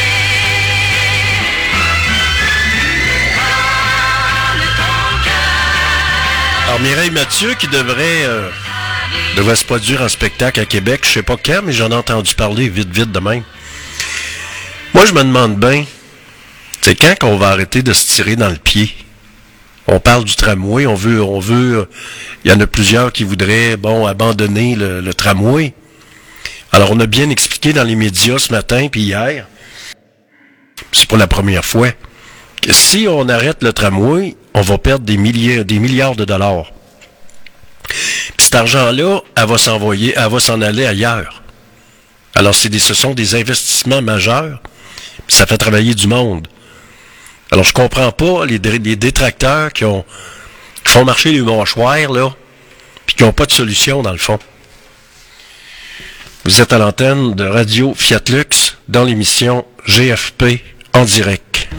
Donne ton cœur. Alors, Mireille Mathieu, qui devrait, euh, devrait se produire en spectacle à Québec, je sais pas quand, mais j'en ai entendu parler vite, vite de même. Moi, je me demande bien, c'est quand qu'on va arrêter de se tirer dans le pied? On parle du tramway, on veut, on veut, il y en a plusieurs qui voudraient, bon, abandonner le, le tramway. Alors, on a bien expliqué dans les médias ce matin puis hier, c'est pas la première fois, que si on arrête le tramway, on va perdre des milliers, des milliards de dollars. Puis cet argent-là, elle va s'envoyer, elle va s'en aller ailleurs. Alors, c'est des, ce sont des investissements majeurs, puis ça fait travailler du monde. Alors, je comprends pas les, les détracteurs qui ont qui font marcher les mâchoires, là, puis qui n'ont pas de solution, dans le fond. Vous êtes à l'antenne de Radio Fiat Lux dans l'émission G F P en direct.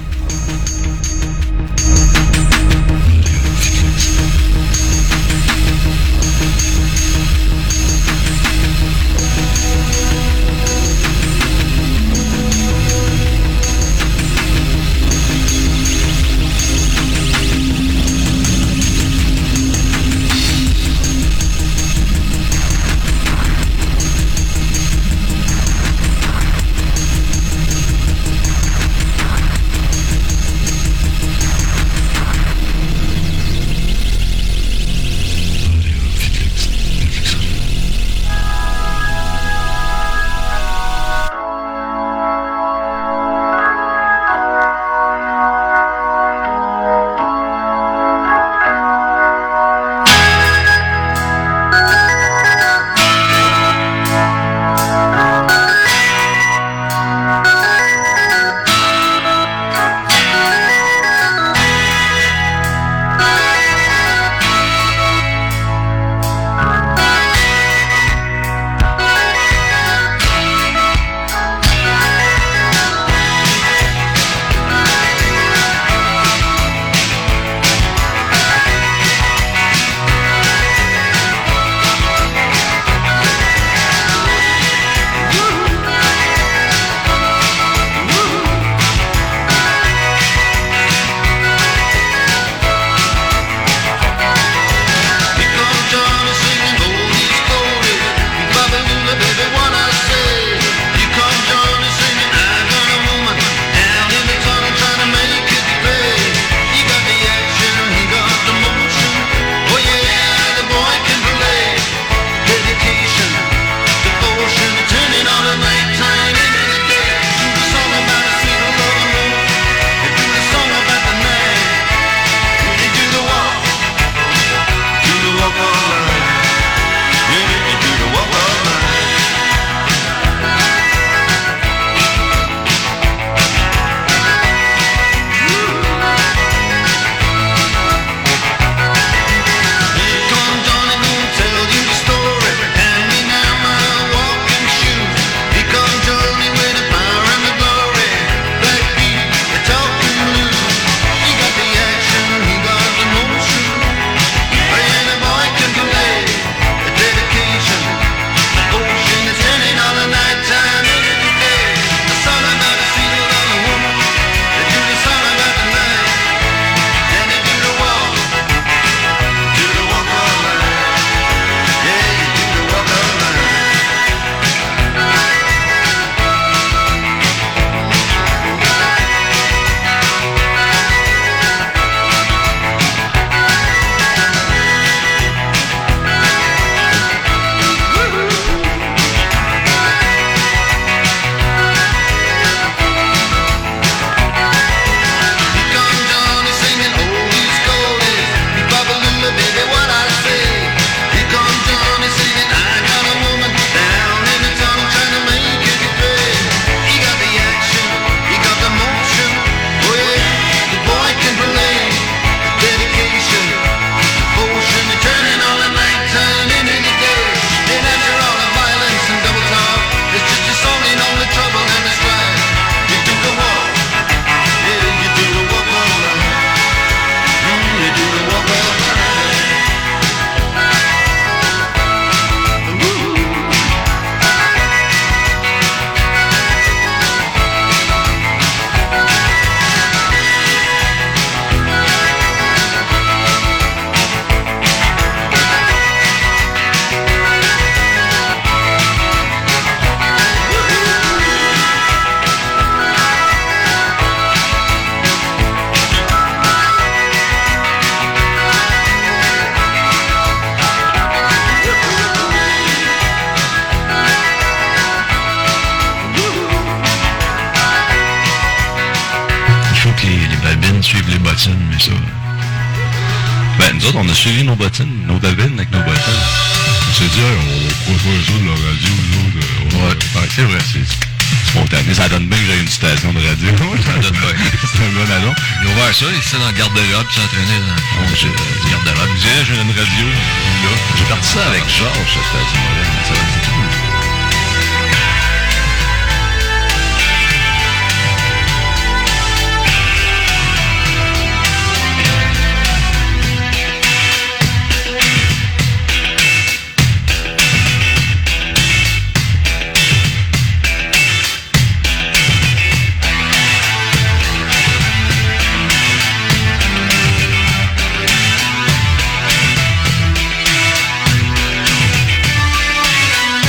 nous autres, on a suivi nos bottines, nos babines avec nos bottines. On s'est dit, hey, on va faire ça de la radio, nous autres. On ouais, ouais c'est vrai, c'est spontané. Ça donne bien que j'ai une station de radio. Ça donne bien. C'est un bon annonce. Ils ont ouvert ça, ici dans le garde-robe, puis s'entraîner dans le fond du garde-robe. Ils disaient, j'ai une radio, là. J'ai parti ça avec Georges, cette station-là. Ça va être cool. Thank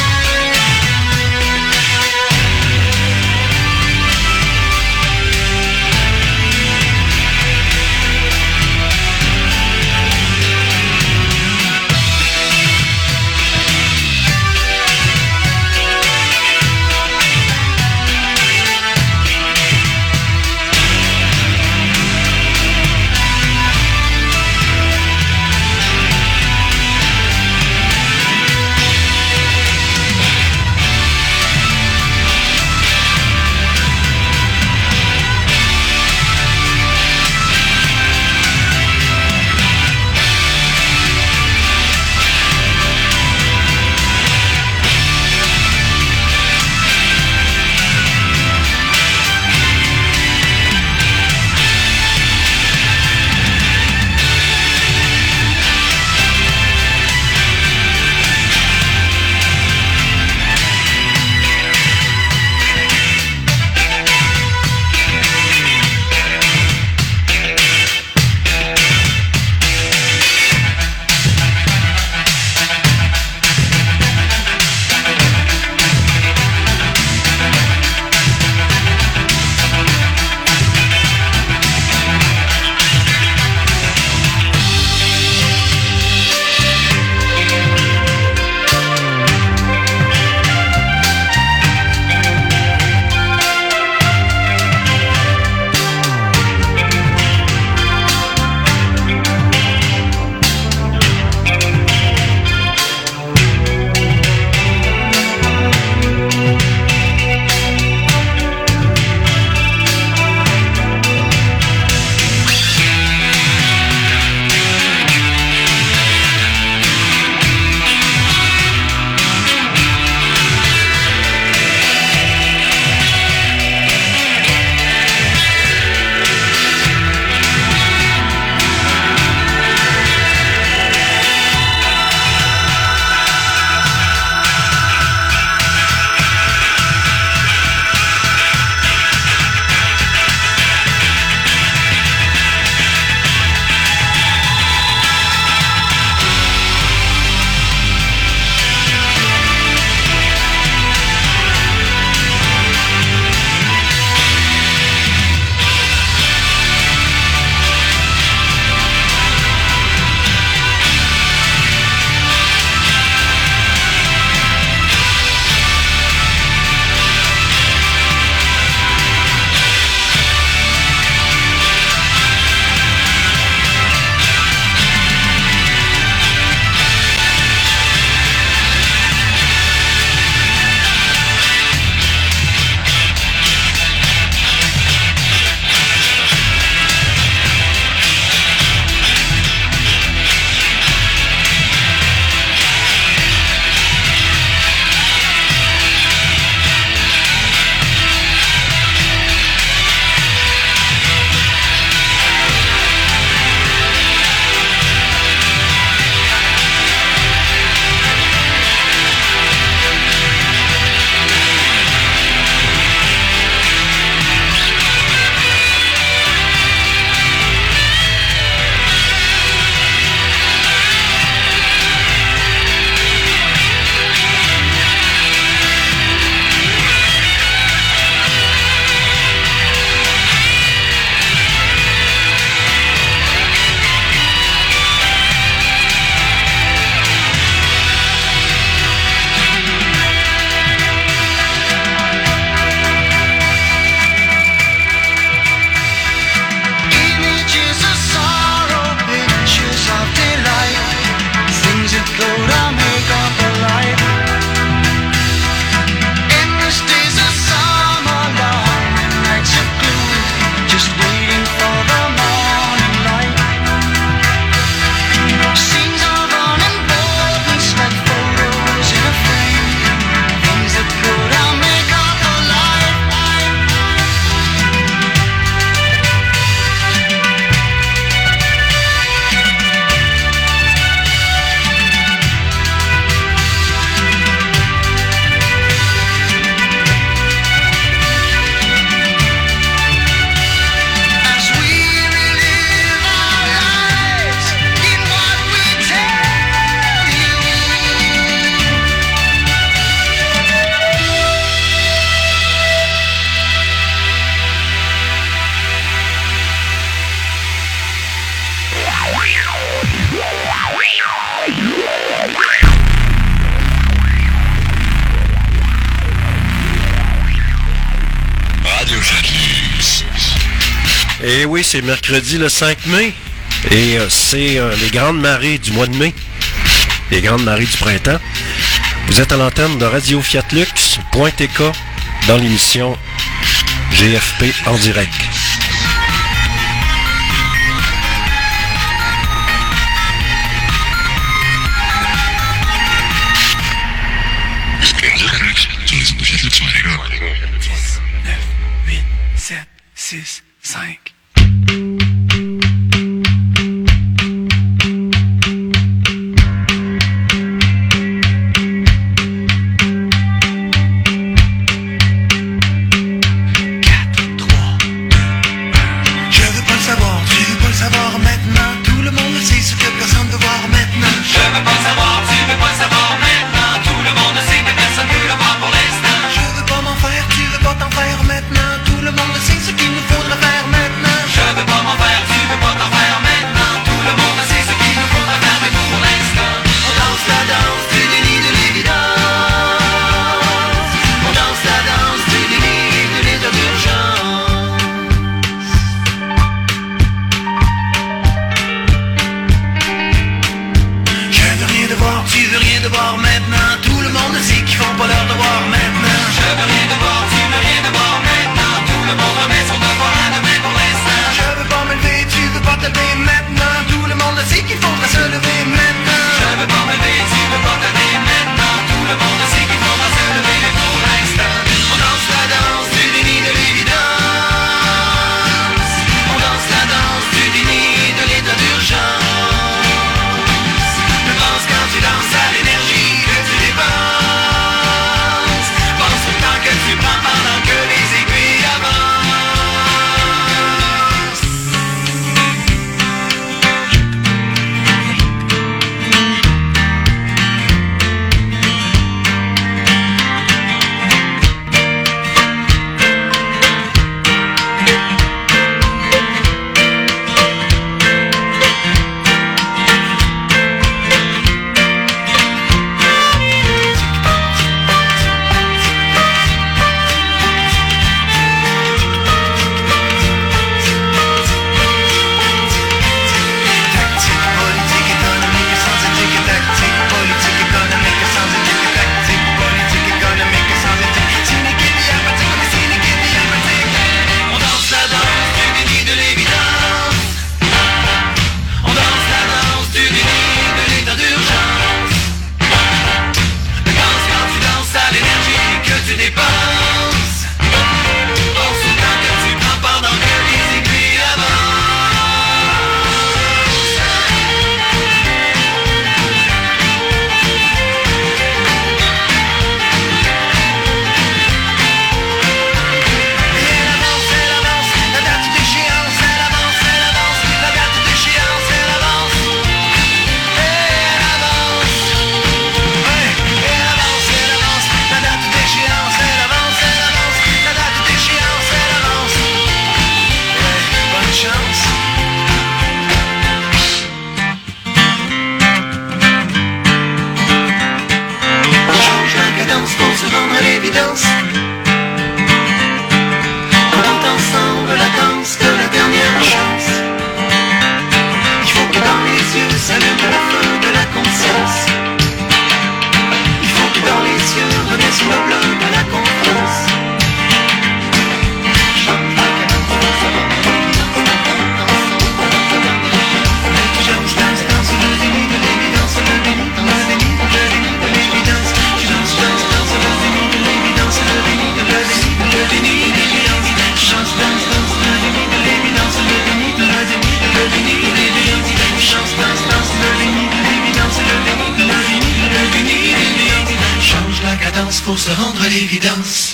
Et oui, c'est mercredi le cinq mai. Et euh, c'est euh, les grandes marées du mois de mai. Les grandes marées du printemps. Vous êtes à l'antenne de Radio Fiat Lux, point T K, dans l'émission G F P en direct. dix, neuf, huit, sept, six, cinq. Pour se rendre à l'évidence.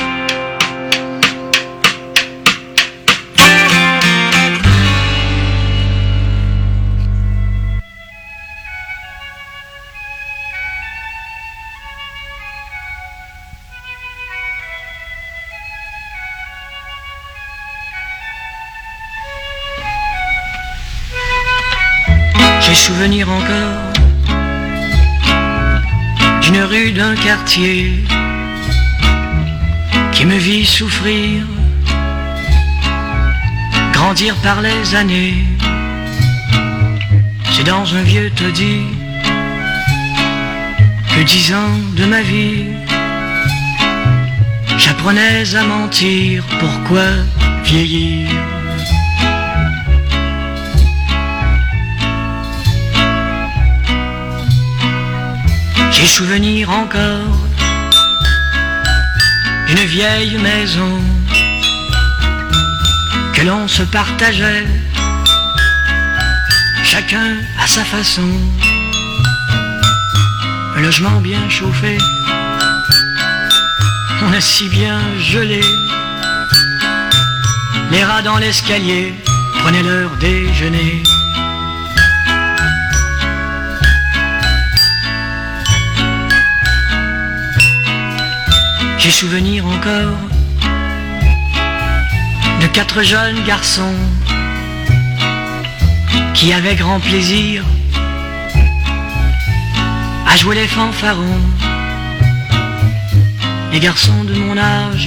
J'ai souvenir encore d'une rue d'un quartier qui me vit souffrir. Grandir par les années, c'est dans un vieux taudis que dix ans de ma vie j'apprenais à mentir. Pourquoi vieillir? J'ai souvenir encore d'une vieille maison que l'on se partageait, chacun à sa façon. Un logement bien chauffé, on a si bien gelé. Les rats dans l'escalier prenaient leur déjeuner. J'ai souvenir encore de quatre jeunes garçons qui avaient grand plaisir à jouer les fanfarons. Les garçons de mon âge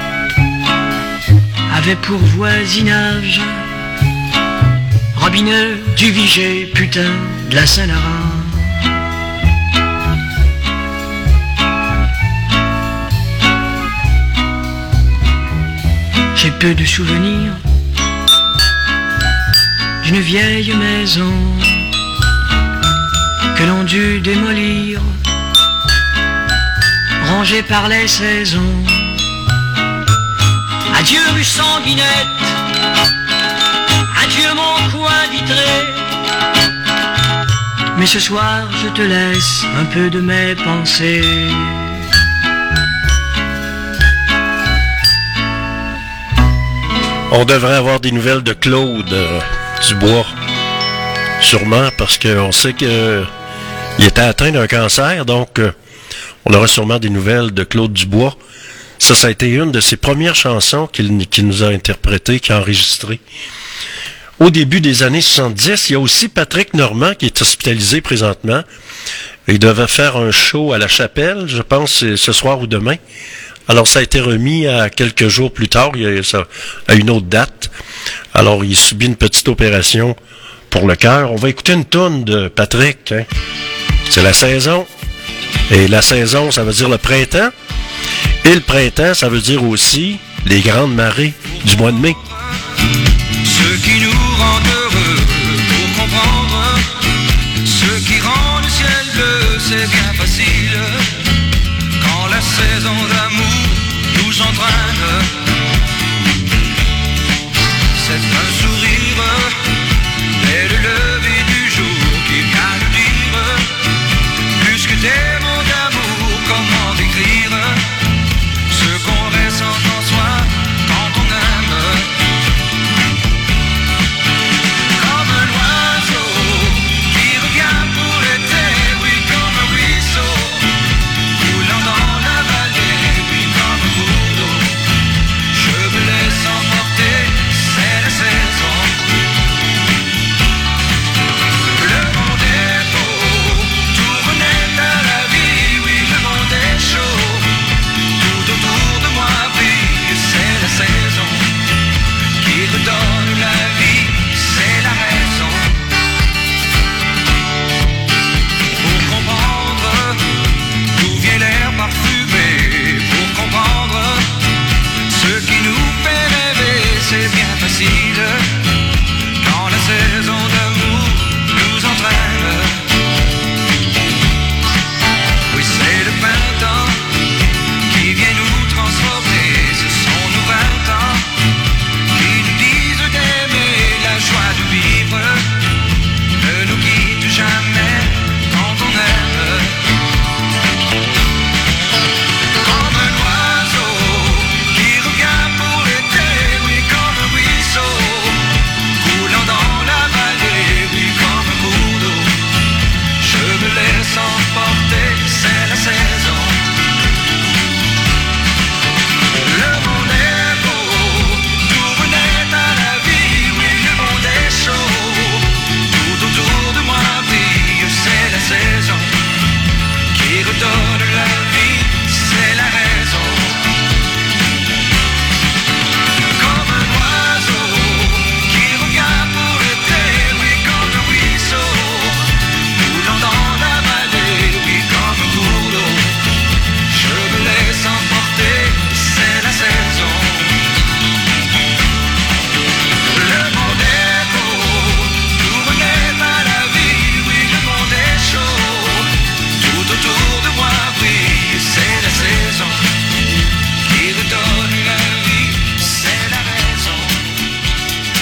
avaient pour voisinage Robineux, Duviger, putain de la Saint-Laurent. J'ai peu de souvenirs d'une vieille maison que l'on dut démolir, rangée par les saisons. Adieu rue Sanguinette, adieu mon coin vitré. Mais ce soir je te laisse un peu de mes pensées. On devrait avoir des nouvelles de Claude euh, Dubois, sûrement, parce qu'on sait qu'il euh, était atteint d'un cancer, donc euh, on aura sûrement des nouvelles de Claude Dubois. Ça, ça a été une de ses premières chansons qu'il, qu'il nous a interprétées, qu'il a enregistrées. Au début des années soixante-dix, il y a aussi Patrick Normand qui est hospitalisé présentement. Il devait faire un show à la Chapelle, je pense, ce soir ou demain. Alors, ça a été remis à quelques jours plus tard, il y a, ça, à une autre date. Alors, il subit une petite opération pour le cœur. On va écouter une toune de Patrick. Hein. C'est la saison. Et la saison, ça veut dire le printemps. Et le printemps, ça veut dire aussi les grandes marées du mois de mai. Ce qui nous rend heureux pour comprendre, ce qui rend le ciel bleu, c'est bien facile. Quand la saison d'amour nous entraîne, c'est un sourire et le lever du jour qui vient nous dire plus que des mots d'amour, comment décrire ce qu'on ressent en soi quand on aime.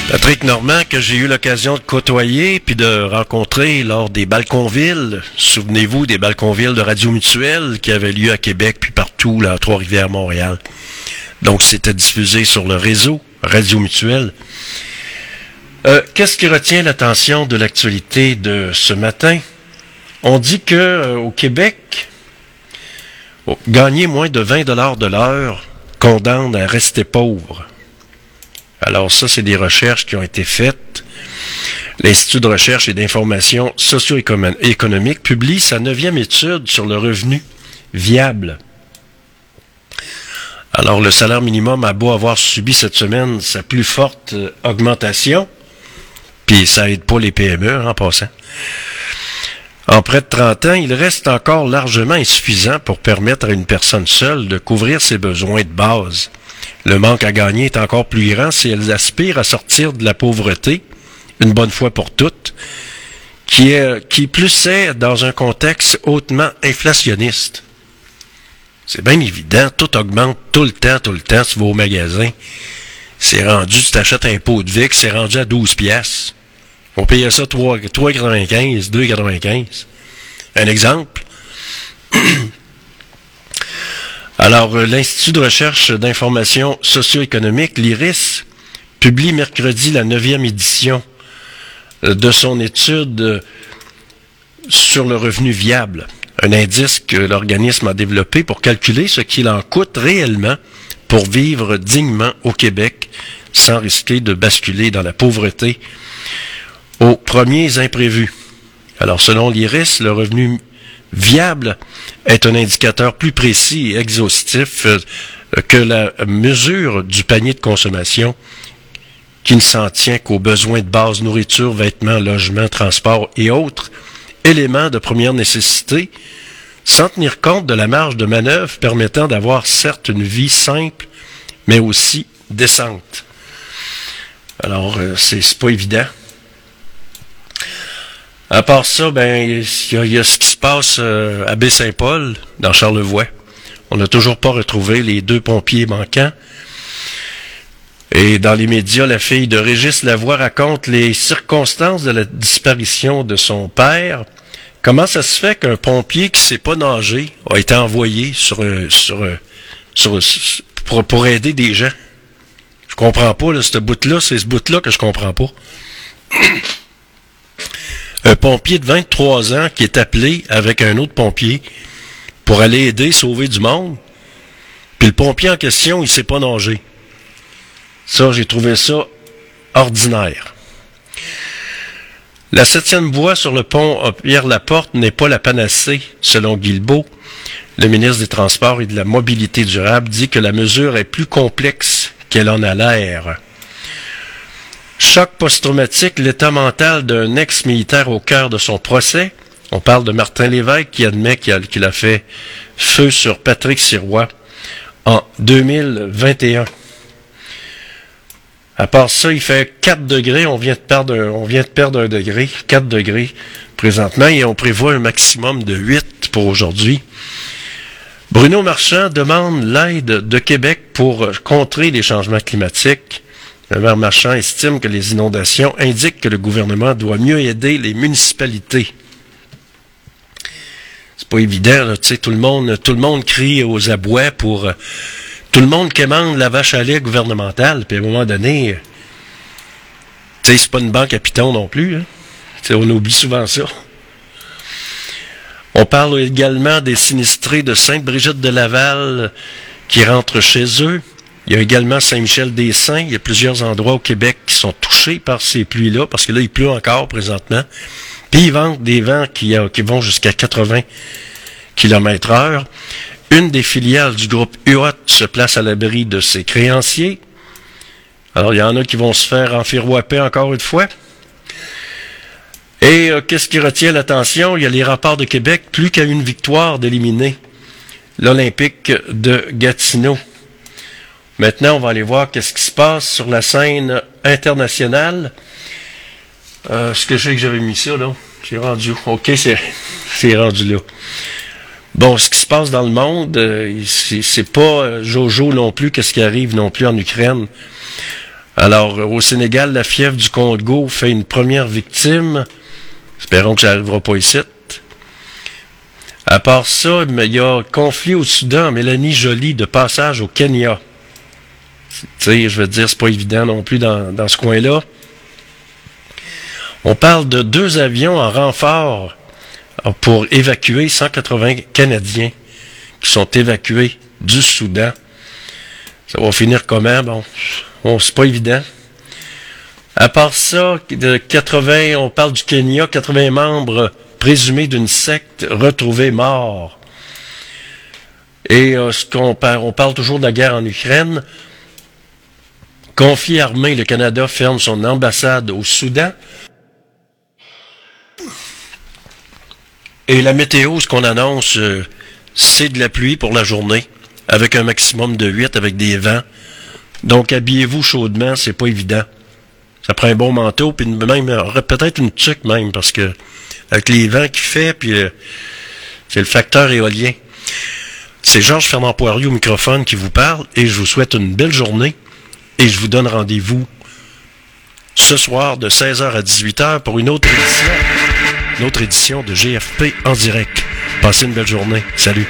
Patrick Normand, que j'ai eu l'occasion de côtoyer puis de rencontrer lors des Balconvilles. Souvenez-vous des Balconvilles de Radio Mutuelle qui avaient lieu à Québec puis partout, là, à Trois-Rivières, Montréal. Donc, c'était diffusé sur le réseau Radio Mutuelle. Euh, qu'est-ce qui retient l'attention de l'actualité de ce matin? On dit que euh, au Québec, oh, gagner moins de vingt dollars de l'heure condamne à rester pauvre. Alors ça, c'est des recherches qui ont été faites. L'Institut de recherche et d'information socio-économique publie sa neuvième étude sur le revenu viable. Alors, le salaire minimum a beau avoir subi cette semaine sa plus forte euh, augmentation, puis ça aide pas les P M E, hein, en passant. En près de trente ans, il reste encore largement insuffisant pour permettre à une personne seule de couvrir ses besoins de base. Le manque à gagner est encore plus grand si elles aspirent à sortir de la pauvreté, une bonne fois pour toutes, qui est, qui plus est dans un contexte hautement inflationniste. C'est bien évident, tout augmente tout le temps, tout le temps, tu vas au magasin. C'est rendu, tu t'achètes un pot de Vicks, c'est rendu à douze piastres. On payait ça trois virgule quatre-vingt-quinze, deux virgule quatre-vingt-quinze. Un exemple. Alors, l'Institut de recherche d'information socio-économique, l'I R I S, publie mercredi la neuvième édition de son étude sur le revenu viable, un indice que l'organisme a développé pour calculer ce qu'il en coûte réellement pour vivre dignement au Québec sans risquer de basculer dans la pauvreté aux premiers imprévus. Alors, selon l'I R I S, le revenu viable est un indicateur plus précis et exhaustif euh, que la mesure du panier de consommation qui ne s'en tient qu'aux besoins de base, nourriture, vêtements, logements, transport et autres éléments de première nécessité, sans tenir compte de la marge de manœuvre permettant d'avoir certes une vie simple, mais aussi décente. Alors, euh, c'est, c'est pas évident. À part ça, ben, il y, y a ce qui se passe euh, à Baie-Saint-Paul, dans Charlevoix. On n'a toujours pas retrouvé les deux pompiers manquants. Et dans les médias, la fille de Régis Lavoie raconte les circonstances de la disparition de son père. Comment ça se fait qu'un pompier qui ne sait pas nager a été envoyé sur, sur, sur, sur pour, pour aider des gens? Je comprends pas, là, ce bout-là, c'est ce bout-là que je comprends pas. Un pompier de vingt-trois ans qui est appelé avec un autre pompier pour aller aider, sauver du monde. Puis le pompier en question, il sait pas nager. Ça, j'ai trouvé ça ordinaire. La septième voie sur le pont Pierre-Laporte n'est pas la panacée, selon Guilbeault. Le ministre des Transports et de la Mobilité durable dit que la mesure est plus complexe qu'elle en a l'air. Choc post-traumatique, l'état mental d'un ex-militaire au cœur de son procès. On parle de Martin Lévesque qui admet qu'il a, qu'il a fait feu sur Patrick Sirois en deux mille vingt et un. À part ça, il fait quatre degrés. On vient de perdre un, on vient de perdre un degré, quatre degrés présentement, et on prévoit un maximum de huit pour aujourd'hui. Bruno Marchand demande l'aide de Québec pour contrer les changements climatiques. Le maire Marchand estime que les inondations indiquent que le gouvernement doit mieux aider les municipalités. C'est pas évident, là, tu sais, tout le monde, tout le monde crie aux abois pour euh, tout le monde commande la vache à lait gouvernementale, puis à un moment donné, tu sais, c'est pas une banque à piton non plus, hein. Tu sais, on oublie souvent ça. On parle également des sinistrés de Sainte-Brigitte-de-Laval qui rentrent chez eux. Il y a également Saint-Michel-des-Saints. Il y a plusieurs endroits au Québec qui sont touchés par ces pluies-là, parce que là, il pleut encore présentement. Puis ils vendent des vents qui, qui vont jusqu'à quatre-vingts kilomètres heure. Une des filiales du groupe U O T se place à l'abri de ses créanciers. Alors, il y en a qui vont se faire enfirouapper encore une fois. Et euh, qu'est-ce qui retient l'attention? Il y a les remparts de Québec, plus qu'à une victoire d'éliminer l'Olympique de Gatineau. Maintenant, on va aller voir qu'est-ce qui se passe sur la scène internationale. Euh, ce que je sais que j'avais mis ça, là. J'ai rendu. OK, c'est, c'est rendu là. Bon, ce qui se passe dans le monde, euh, c'est, c'est pas euh, Jojo non plus, qu'est-ce qui arrive non plus en Ukraine. Alors, au Sénégal, la fièvre du Congo fait une première victime. Espérons que ça n'arrivera pas ici. À part ça, il y a conflit au Soudan. Mélanie Joly, de passage au Kenya. Tu sais, je veux dire, c'est pas évident non plus dans, dans ce coin-là. On parle de deux avions en renfort pour évacuer cent quatre-vingts Canadiens qui sont évacués du Soudan. Ça va finir comment? Bon, bon c'est pas évident. À part ça, de quatre-vingts, on parle du Kenya, quatre-vingts membres présumés d'une secte retrouvés morts. Et euh, ce qu'on parle, on parle toujours de la guerre en Ukraine. Conflit armé, le Canada ferme son ambassade au Soudan. Et la météo, ce qu'on annonce, euh, c'est de la pluie pour la journée, avec un maximum de huit, avec des vents. Donc, habillez-vous chaudement, c'est pas évident. Ça prend un bon manteau, puis même peut-être une tuque même, parce que avec les vents qu'il fait, puis euh, c'est le facteur éolien. C'est Georges Fernand Poirier au microphone qui vous parle, et je vous souhaite une belle journée, et je vous donne rendez-vous ce soir de seize heures à dix-huit heures pour une autre édition, une autre édition de G F P en direct. Passez une belle journée. Salut.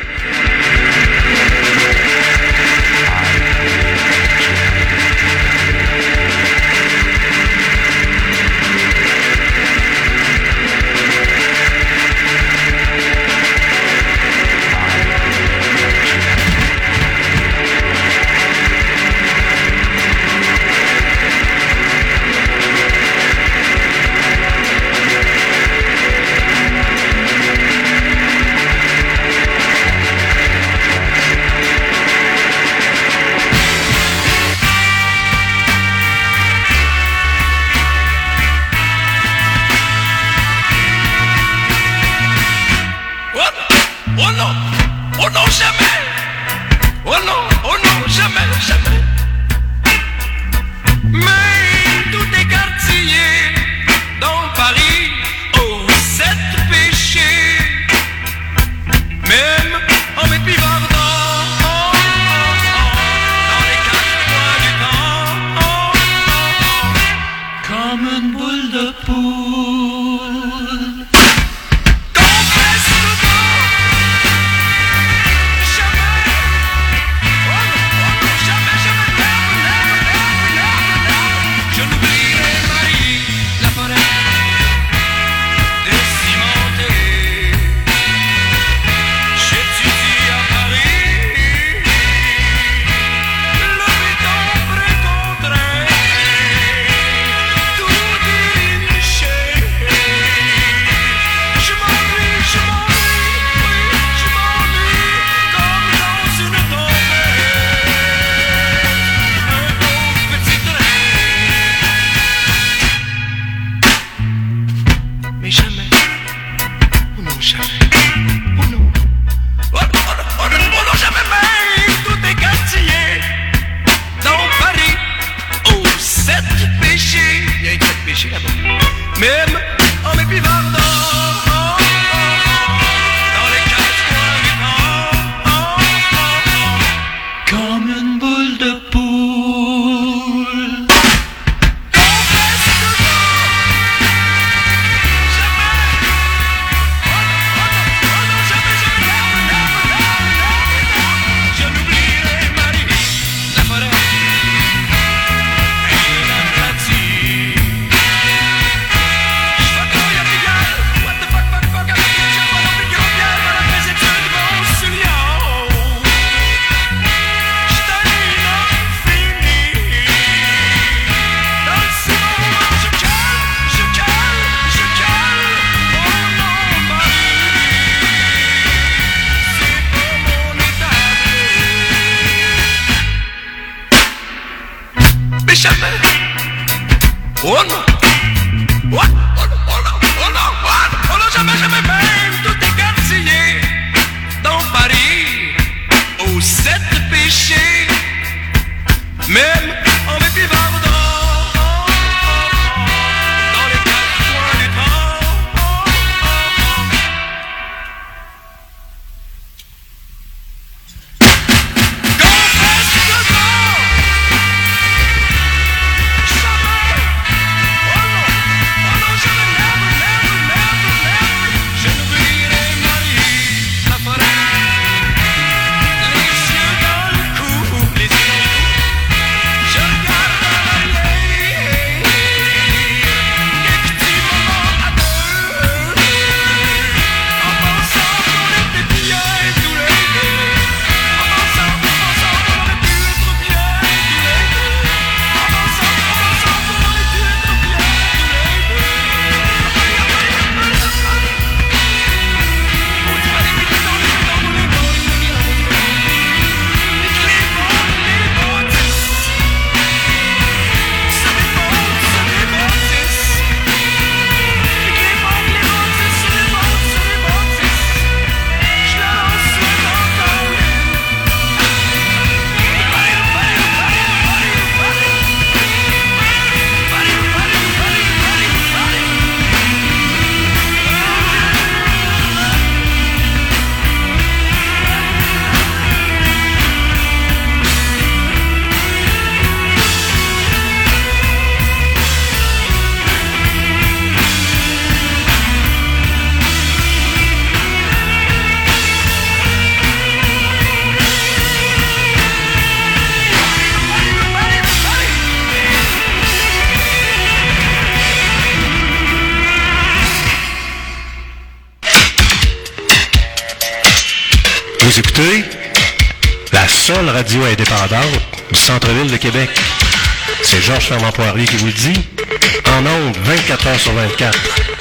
Vous écoutez la seule radio indépendante du centre-ville de Québec. C'est Georges Fernand Poirier qui vous le dit, en ondes vingt-quatre heures sur vingt-quatre.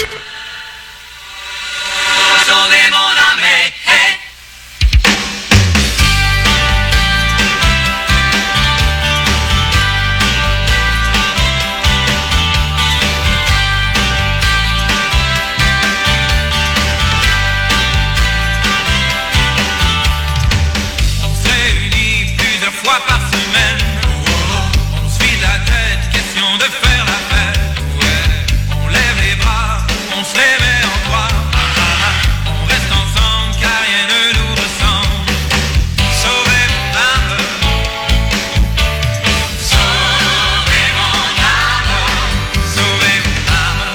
Sauvez mon âme, hey, hey. On se réunit plusieurs fois par semaine. On se vide la tête, question de faire la fête. Ouais. On lève les bras, on se les met en croix. On reste ensemble car rien ne nous ressemble. Sauvez mon âme. Sauvez mon âme. Sauvez mon âme.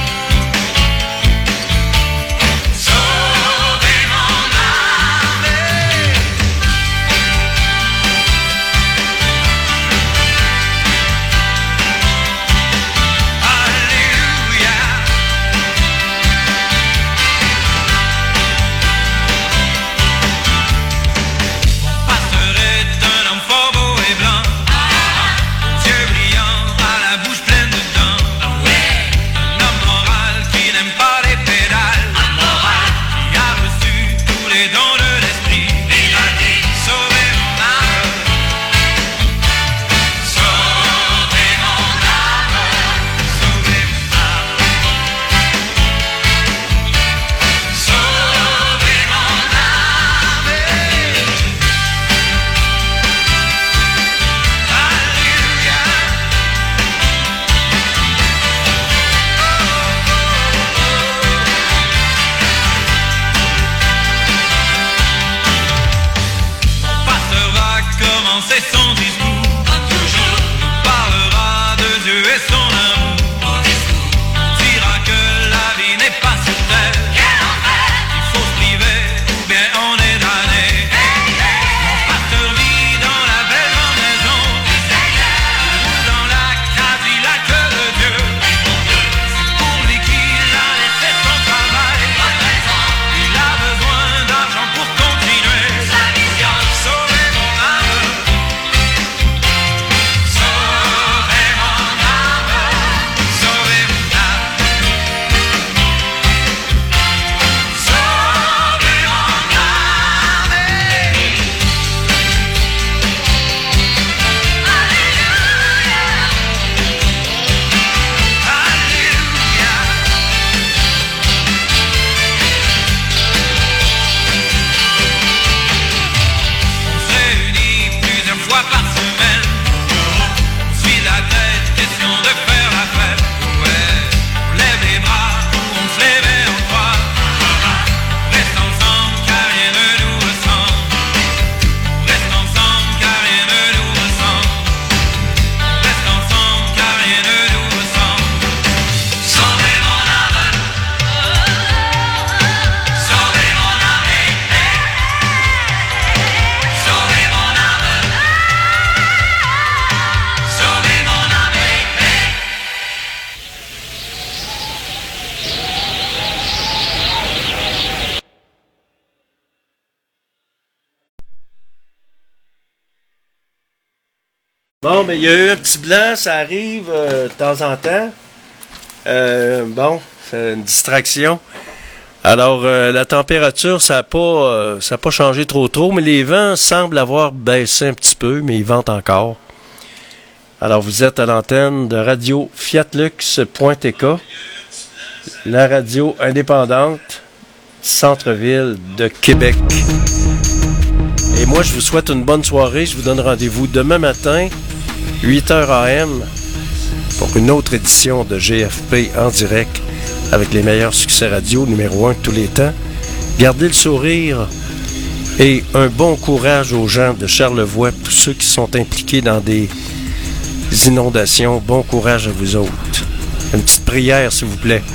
Sauvez mon âme. Alléluia. Mon pasteur est un homme fort beau et blanc, aux yeux brillants, à la bouche pleine de dents. Un homme moral qui n'aime pas les pédales, qui a reçu tous les dons de l'esprit. Sauvez mon âme. Sauvez mon âme. Sauvez mon âme. Sauvez mon âme. Alléluia. Mon pasteur va commencer son discours. Comme toujours, nous parlera de Dieu et son amour. On dira que la vie n'est pas sur terre. Il faut se priver ou bien on est damné. Mon pasteur vit dans la belle grande maison. Il roule dans la Cadillac de Dieu. C'est pour lui qu'il a laissé son travail. Il a besoin d'argent pour continuer sa mission. Sauvez mon âme. Sauvez mon âme. Sauvez mon âme. Sauvez mon âme. Alléluia. On se réunit plusieurs fois par semaine. On se vide la tête, question de faire la fête. Ouais. On lève les bras, on se les met en croix. On reste ensemble car rien ne nous ressemble. On reste ensemble car rien ne nous ressemble. On reste ensemble car rien ne nous ressemble. Sauvez mon âme. Sauvez mon âme. Sauvez mon âme. Sauvez mon âme. Bon, mais il y a eu un petit blanc, ça arrive euh, de temps en temps. Euh, bon, c'est une distraction. Alors, euh, la température, ça n'a pas, euh, ça a pas changé trop trop, mais les vents semblent avoir baissé un petit peu, mais ils ventent encore. Alors, vous êtes à l'antenne de radio fiatlux point t k, la radio indépendante du centre-ville de Québec. Et moi, je vous souhaite une bonne soirée. Je vous donne rendez-vous demain matin, huit heures A M, pour une autre édition de G F P en direct avec les meilleurs succès radio, numéro un de tous les temps. Gardez le sourire et un bon courage aux gens de Charlevoix, tous ceux qui sont impliqués dans des inondations. Bon courage à vous autres. Une petite prière, s'il vous plaît.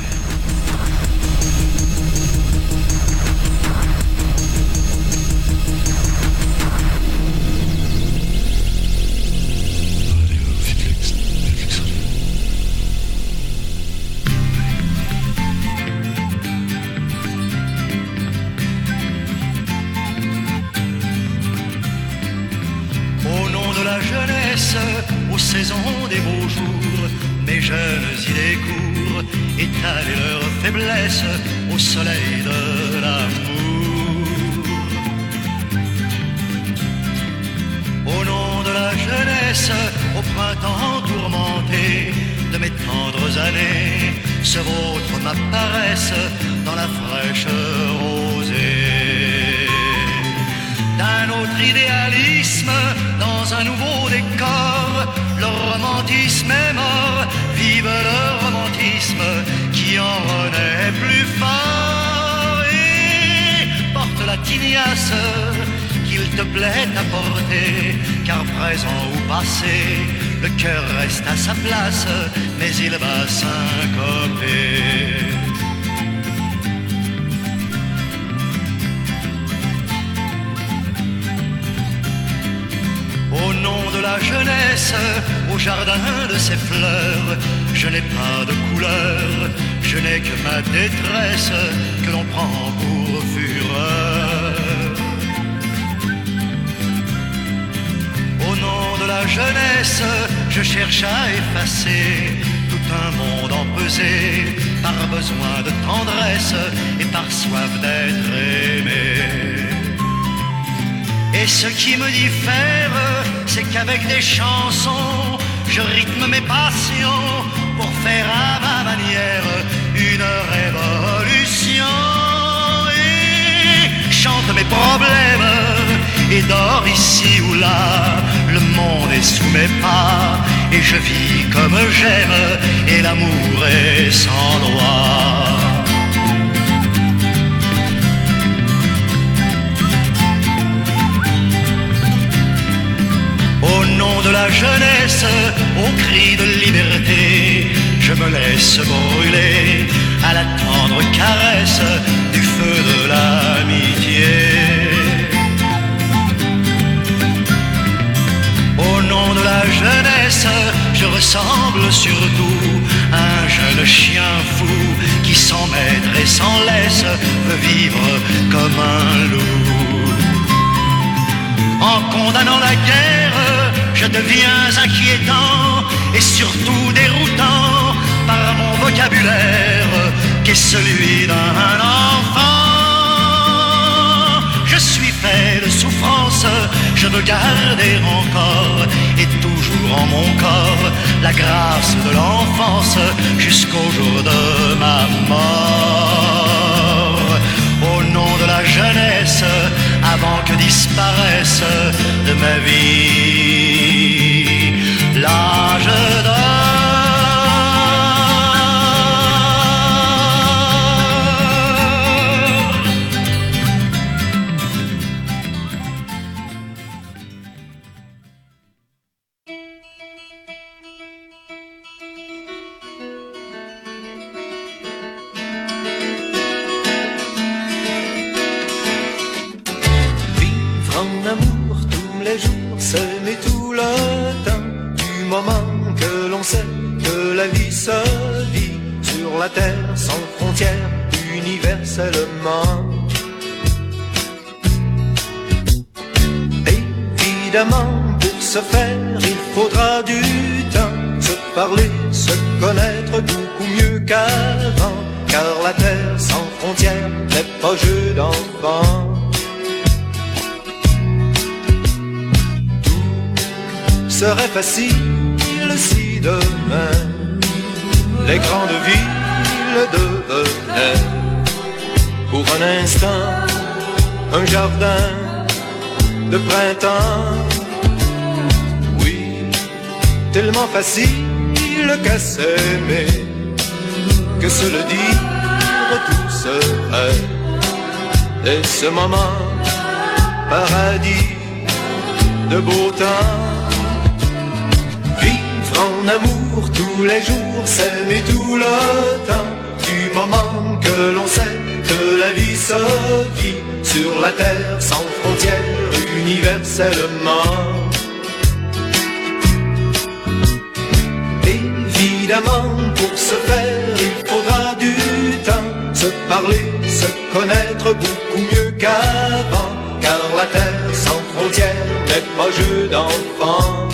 la jeunesse, aux saisons des beaux jours, mes jeunes idées courent, étaler leurs faiblesses au soleil de l'amour. Au nom de la jeunesse, au printemps tourmenté de mes tendres années, ce vôtre m'apparaissent dans la fraîche rosée d'un autre idéalisme, dans un nouveau décor. Le romantisme est mort, vive le romantisme qui en renaît plus fort. Et porte la tignasse qu'il te plaît à porter, car présent ou passé, le cœur reste à sa place, mais il va syncoper. Au nom de la jeunesse, au jardin de ses fleurs, je n'ai pas de couleur, je n'ai que ma détresse que l'on prend pour fureur. Au nom de la jeunesse, je cherche à effacer tout un monde empesé par besoin de tendresse et par soif d'être aimé. Et ce qui me diffère, c'est qu'avec des chansons, je rythme mes passions pour faire à ma manière une révolution. Et chante mes problèmes et dors ici ou là, le monde est sous mes pas et je vis comme j'aime et l'amour est sans loi. Au nom de la jeunesse, au cri de liberté, je me laisse brûler à la tendre caresse du feu de l'amitié. Au nom de la jeunesse, je ressemble surtout à un jeune chien fou qui sans maître et sans laisse veut vivre comme un loup. En condamnant la guerre, je deviens inquiétant et surtout déroutant par mon vocabulaire qui est celui d'un enfant. Je suis fait de souffrance, je veux garder encore et toujours en mon corps la grâce de l'enfance jusqu'au jour de ma mort. Au nom de la jeunesse, avant que disparaisse de ma vie l'âge d'or. S'aimer tout le temps, du moment que l'on sait que la vie se vit sur la terre sans frontières, universellement. Évidemment, pour ce faire, il faudra du temps, se parler, se connaître beaucoup mieux qu'avant, car la terre sans frontières n'est pas jeu d'enfant. Serait facile si demain les grandes villes devenaient pour un instant un jardin de printemps. Oui, tellement facile qu'à s'aimer que se le dire tout serait. Et ce moment paradis de beau temps, en amour tous les jours, s'aimer tout le temps, du moment que l'on sait que la vie se vit sur la terre sans frontières, universellement. Évidemment, pour ce faire, il faudra du temps, se parler, se connaître beaucoup mieux qu'avant, car la terre sans frontières n'est pas jeu d'enfant.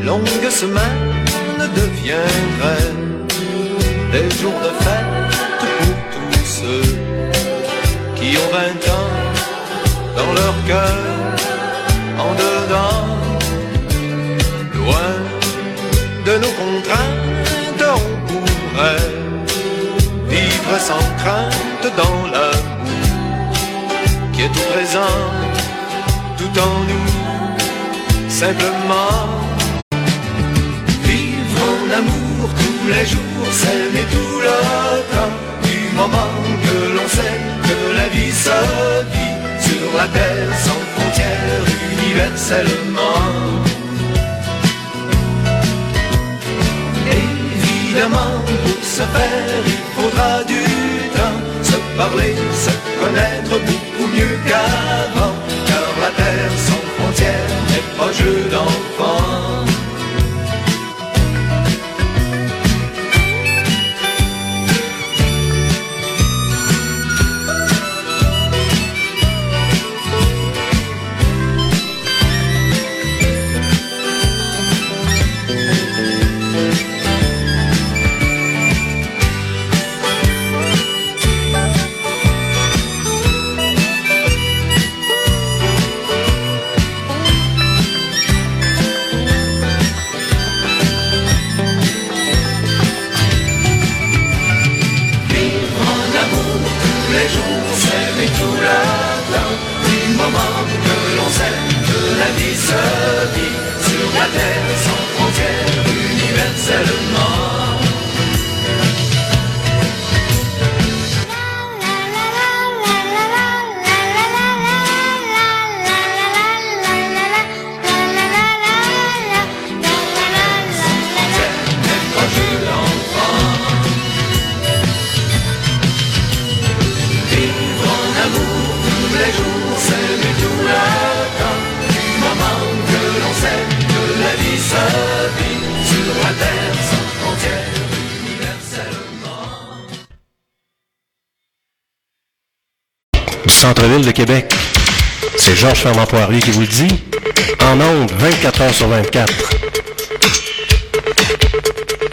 longue semaine deviendrait des jours de fête pour tous ceux qui ont vingt ans dans leur cœur, en dedans, loin de nos contraintes, on pourrait vivre sans crainte dans l'amour qui est tout présent, tout en nous, simplement. Vivre en amour tous les jours, s'aimer tout le temps, du moment que l'on sait que la vie se vit sur la terre sans frontières, universellement. Évidemment, pour ce faire, il faudra du temps, se parler, se connaître beaucoup mieux qu'avant, car la terre sans frontières n'est pas jeu d'enfant. Centre-ville de Québec. C'est Georges Fernand Poirier qui vous le dit. En ondes, vingt-quatre heures sur vingt-quatre.